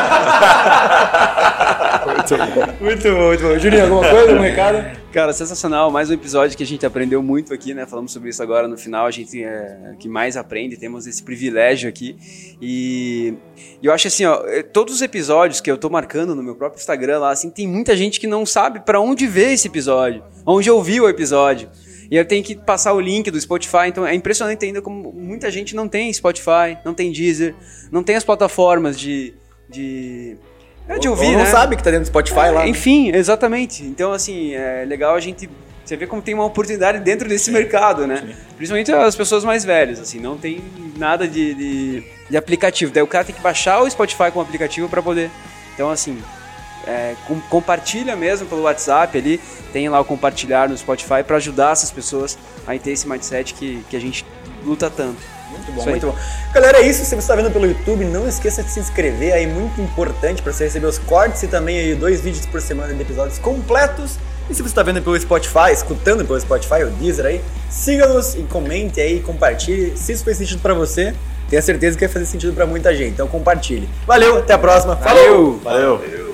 S2: Muito bom. Juninho, alguma coisa, um recado?
S4: Cara, sensacional, mais um episódio que a gente aprendeu muito aqui, né? Falamos sobre isso agora no final, a gente que mais aprende, temos esse privilégio aqui. E eu acho assim, todos os episódios que eu tô marcando no meu próprio Instagram lá, assim, tem muita gente que não sabe pra onde ver esse episódio, onde ouvir o episódio. E eu tenho que passar o link do Spotify, então é impressionante ainda como muita gente não tem Spotify, não tem Deezer, não tem as plataformas de ouvir,
S2: não sabe que tá dentro do Spotify lá.
S4: Enfim, exatamente. Então, assim, é legal você vê como tem uma oportunidade dentro desse mercado, né? Sim. Principalmente as pessoas mais velhas, assim, não tem nada de aplicativo. Daí o cara tem que baixar o Spotify com o aplicativo para poder... Então, assim... compartilha mesmo pelo WhatsApp ali, tem lá o compartilhar no Spotify para ajudar essas pessoas a ter esse mindset que a gente luta tanto.
S2: Muito bom, muito bom. Galera, é isso. Se você está vendo pelo YouTube, não esqueça de se inscrever aí, muito importante para você receber os cortes e também aí 2 vídeos por semana de episódios completos. E se você está vendo pelo Spotify, escutando pelo Spotify, o Deezer aí, siga-nos e comente aí, compartilhe. Se isso fez sentido para você, tenha certeza que vai fazer sentido para muita gente. Então compartilhe. Valeu, até a próxima. Falou!
S3: Valeu.